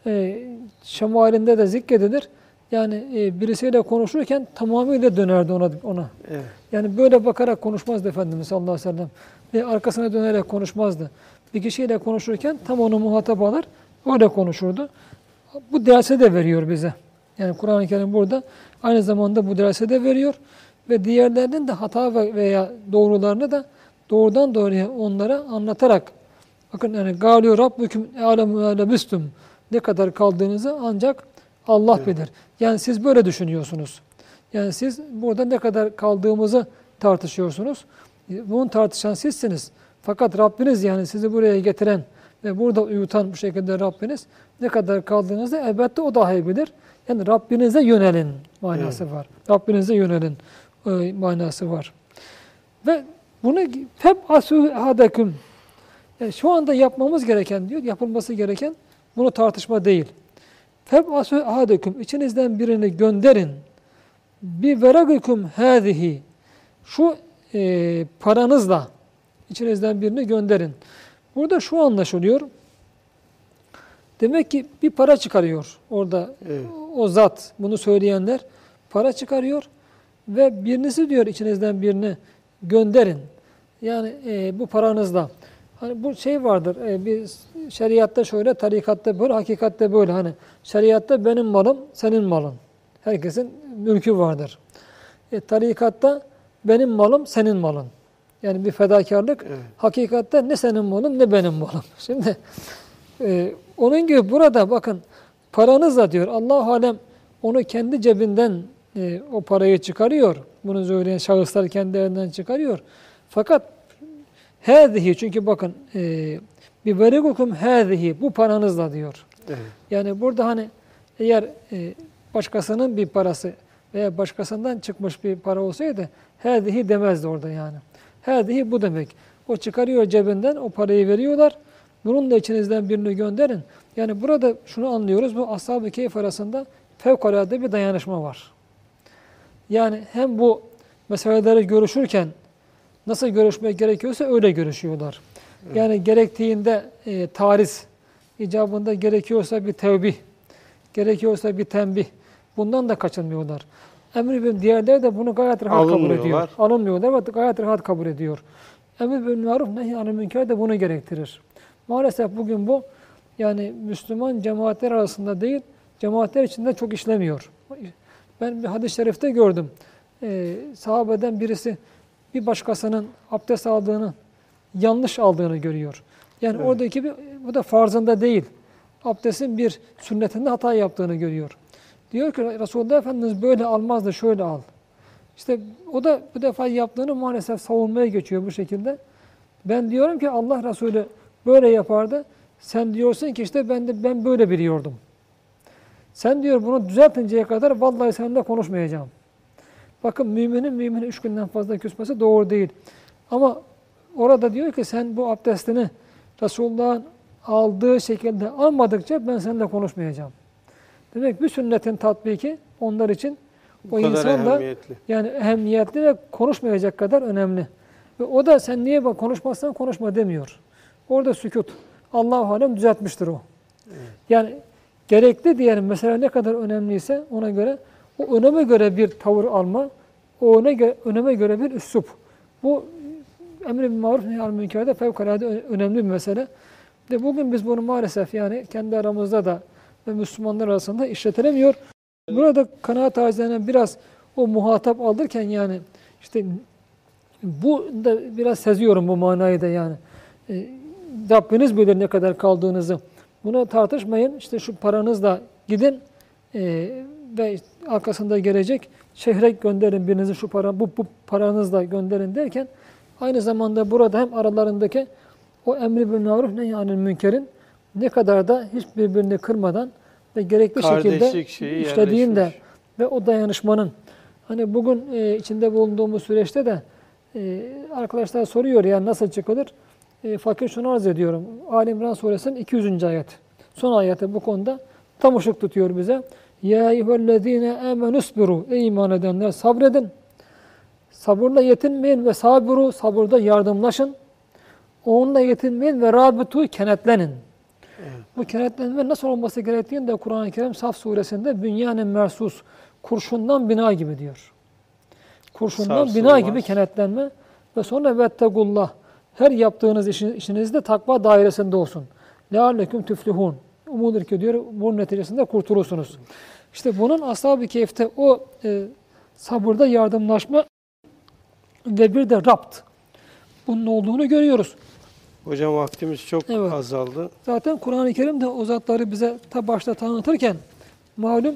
[SPEAKER 2] şemalinde de zikredilir. Yani birisiyle konuşurken tamamıyla dönerdi ona. Evet. Yani böyle bakarak konuşmazdı Efendimiz sallallahu aleyhi ve sellem. Ve arkasına dönerek konuşmazdı. Bir kişiyle konuşurken tam onu muhatap alır, öyle konuşurdu. Bu dersi de veriyor bize. Yani Kur'an-ı Kerim burada aynı zamanda bu dersi de veriyor. Ve diğerlerinin de hata veya doğrularını da doğrudan doğruya onlara anlatarak, bakın yani gâlû rabbüküm âlemû lebistum, ne kadar kaldığınızı ancak Allah bilir. Yani siz böyle düşünüyorsunuz. Yani siz burada ne kadar kaldığımızı tartışıyorsunuz. Bunu tartışan sizsiniz. Fakat Rabbiniz, yani sizi buraya getiren ve burada uyutan bu şekilde Rabbiniz ne kadar kaldığınızı elbette o daha iyi bilir. Yani Rabbinize yönelin manası var. Rabbinize yönelin manası var. Ve bunu feb'asû ahadeküm, yani şu anda yapmamız gereken diyor, yapılması gereken bunu tartışma değil. Feb'asû ahadeküm, içinizden birini gönderin. Bi veragikum hâzihi, şu paranızla içinizden birini gönderin. Burada şu anlaşılıyor. Demek ki bir para çıkarıyor orada.
[SPEAKER 1] Evet.
[SPEAKER 2] O zat, bunu söyleyenler para çıkarıyor ve birisi diyor içinizden birini gönderin. Yani bu paranızla. Hani bu şey vardır, bir şeriatta şöyle, tarikatta böyle, hakikatte böyle. Hani şeriatta benim malım, senin malın. Herkesin mülkü vardır. Tarikatta benim malım, senin malın. Yani bir fedakarlık.
[SPEAKER 1] Evet.
[SPEAKER 2] Hakikatte ne senin malın ne benim malım. Şimdi onun gibi burada bakın paranızla diyor Allah-u Alem onu kendi cebinden o parayı çıkarıyor. Bunu söyleyen şahıslar kendilerinden çıkarıyor. Fakat hâzihi çünkü bakın bir verikukum hâzihi bu paranızla diyor.
[SPEAKER 1] Evet.
[SPEAKER 2] Yani burada hani eğer başkasının bir parası veya başkasından çıkmış bir para olsaydı hâzihi demezdi orada yani. Hâzihi bu demek. O çıkarıyor cebinden o parayı veriyorlar. Bunun da içinizden birini gönderin. Yani burada şunu anlıyoruz. Bu Ashab-ı Kehf arasında fevkalade bir dayanışma var. Yani hem bu meseleleri görüşürken nasıl görüşmek gerekiyorsa öyle görüşüyorlar. Evet. Yani gerektiğinde tariz, icabında gerekiyorsa bir tevbih, gerekiyorsa bir tembih. Bundan da kaçınmıyorlar. Emr bin diğerleri de bunu gayet rahat kabul ediyor. Alınmıyorlar ve gayet rahat kabul ediyor. Emr bin maruf nehy anil münker de bunu gerektirir. Maalesef bugün bu yani Müslüman cemaatler arasında değil, cemaatler içinde çok işlemiyor. Ben bir hadis-i şerifte gördüm. Sahabeden birisi bir başkasının abdest aldığını, yanlış aldığını görüyor. Yani evet. Oradaki bu da farzında değil. Abdestin bir sünnetinde hata yaptığını görüyor. Diyor ki Resulullah Efendimiz böyle almazdı, şöyle al. İşte o da bu defa yaptığını maalesef savunmaya geçiyor bu şekilde. Ben diyorum ki Allah Resulü böyle yapardı. Sen diyorsun ki işte ben böyle biliyordum. Sen diyor bunu düzeltinceye kadar vallahi seninle konuşmayacağım. Bakın müminin 3 günden fazla küsmesi doğru değil. Ama orada diyor ki sen bu abdestini Resulullah'ın aldığı şekilde almadıkça ben seninle konuşmayacağım. Demek bir sünnetin tatbiki onlar için o insan da yani ehemmiyetli ve konuşmayacak kadar önemli. Ve o da sen niye konuşmazsan konuşma demiyor. Orada sükut. Allah-u Alem düzeltmiştir o. Evet. Yani gerekli diyelim mesela ne kadar önemliyse ona göre o öneme göre bir tavır alma, o öneme göre bir üslup. Bu emr-i bil maruf nehy anil münkerde fevkalade önemli bir mesele. De bugün biz bunu maalesef yani kendi aramızda da ve Müslümanlar arasında işletilemiyor. Burada kanaat acizlerine biraz o muhatap alırken yani işte bu da biraz seziyorum bu manayı da yani. Rabbiniz bilir ne kadar kaldığınızı. Buna tartışmayın. İşte şu paranızla gidin ve arkasında gelecek şehre gönderin birinizi şu para bu paranızla gönderin derken aynı zamanda burada hem aralarındaki o emri bil maruf nehy anil münkerin ne kadar da hiç birbirini kırmadan ve gerekli şekilde işlediğinde ve o dayanışmanın hani bugün içinde bulunduğumuz süreçte de arkadaşlar soruyor yani nasıl çıkılır? Fakir şunu arz ediyorum. Ali İmran suresinin 200. ayet. Son ayeti bu konuda tam ışık tutuyor bize. Ya eyyühellezine amenusbiru. Ey iman edenler sabredin. Sabırla yetinmeyin ve sabiru. Sabırda yardımlaşın. Onunla yetinmeyin ve rabitu kenetlenin. Evet. Bu kenetlenme nasıl olması gerektiğini de Kur'an-ı Kerim Saf suresinde bünyanen mersus. Kurşundan bina gibi diyor. Kurşundan bina gibi kenetlenme ve sonra vettegullah. Her yaptığınız işinizde takva dairesinde olsun. لَعَلَّكُمْ تُفْلِحُونَ Umudur ki diyor bunun neticesinde kurtulursunuz. İşte bunun Ashab-ı Kehf'te o sabırda yardımlaşma ve bir de rapt. Bunun olduğunu görüyoruz.
[SPEAKER 1] Hocam vaktimiz çok azaldı.
[SPEAKER 2] Zaten Kur'an-ı Kerim de o zatları bize başta tanıtırken malum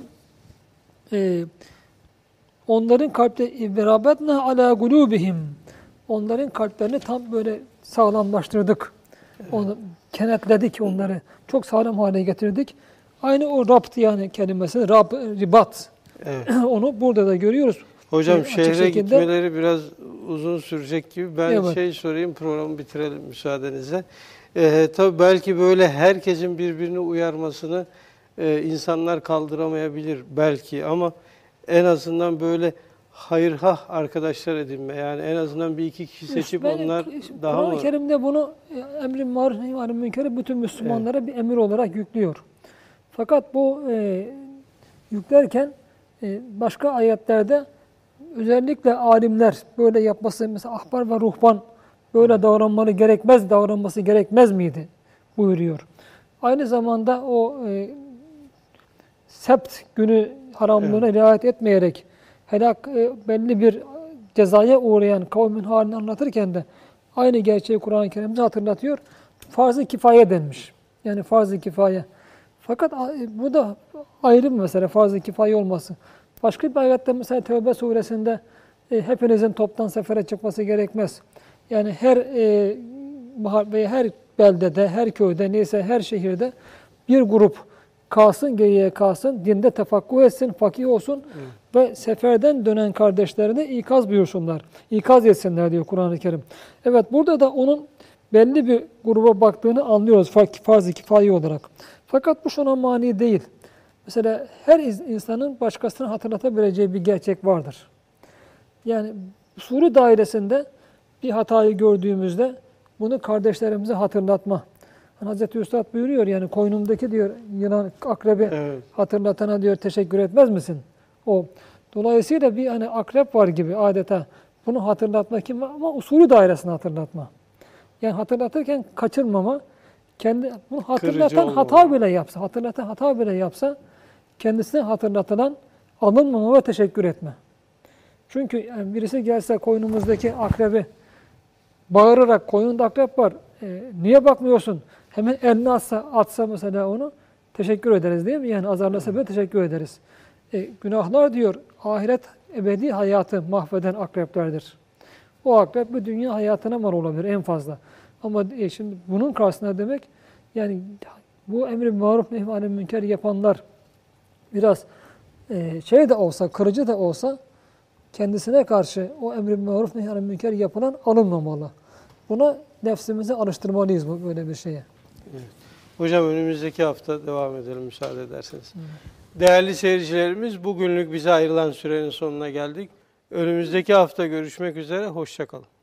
[SPEAKER 2] onların kalpte berabetna ala gulubihim. Onların kalplerini tam böyle sağlamlaştırdık. Onu kenetledik onları. Çok sağlam hale getirdik. Aynı o rabt yani kelimesi, ribat. Evet. Onu burada da görüyoruz.
[SPEAKER 1] Hocam şehre gitmeleri biraz uzun sürecek gibi. Ben sorayım, programı bitirelim müsaadenizle. Tabii belki böyle herkesin birbirini uyarmasını insanlar kaldıramayabilir belki ama en azından böyle hayırhah arkadaşlar edinme. Yani en azından bir iki kişi seçip onlar daha
[SPEAKER 2] Kur'an-ı
[SPEAKER 1] mı?
[SPEAKER 2] Kerim'de bunu emri maruf nehy anil münkeri bütün Müslümanlara bir emir olarak yüklüyor. Fakat bu yüklerken başka ayetlerde özellikle alimler böyle yapması, mesela ahbar ve ruhban böyle davranması gerekmez miydi buyuruyor. Aynı zamanda o sebt günü haramlığına riayet etmeyerek belli bir cezaya uğrayan kavmin halini anlatırken de aynı gerçeği Kur'an-ı Kerim'de hatırlatıyor. Farz-ı kifaye denmiş. Yani farz-ı kifaye. Fakat bu da ayrı bir mesele, farz-ı kifaye olması. Başka bir ayette mesela Tevbe suresinde hepinizin toptan sefere çıkması gerekmez. Yani her beldede, her köyde, neyse her şehirde bir grup geriye kalsın, dinde tefakkuh etsin, fakih olsun ve seferden dönen kardeşlerine ikaz buyursunlar. İkaz etsinler diyor Kur'an-ı Kerim. Evet, burada da onun belli bir gruba baktığını anlıyoruz farz-ı kifaye olarak. Fakat bu şuna mani değil. Mesela her insanın başkasına hatırlatabileceği bir gerçek vardır. Yani sure dairesinde bir hatayı gördüğümüzde bunu kardeşlerimize hatırlatma. Hazreti Üstad buyuruyor, yani koynumdaki diyor yılan, akrebi hatırlatana diyor teşekkür etmez misin? Dolayısıyla bir hani akrep var gibi adeta bunu hatırlatma ama usulü dairesini hatırlatma. Yani hatırlatırken kaçırmama, bunu hatırlatan hata bile yapsa kendisine hatırlatılan alınmama ve teşekkür etme. Çünkü yani birisi gelse koynumuzdaki akrebi bağırarak, koynunda akrep var, niye bakmıyorsun? Hemen elini atsa mesela onu teşekkür ederiz değil mi? Yani azarlasa bile teşekkür ederiz. Günahlar diyor ahiret ebedi hayatı mahveden akreplerdir. O akrep bir dünya hayatına mal olabilir en fazla. Ama şimdi bunun karşısında demek yani bu emri maruf nehy anil münker yapanlar biraz de olsa, kırıcı da olsa kendisine karşı o emri maruf nehy anil münker yapılan alınmamalı. Buna nefsimizi alıştırmalıyız böyle bir şeye.
[SPEAKER 1] Evet. Hocam önümüzdeki hafta devam edelim müsaade ederseniz. Değerli seyircilerimiz, bugünlük bize ayrılan sürenin sonuna geldik. Önümüzdeki hafta görüşmek üzere, hoşça kalın.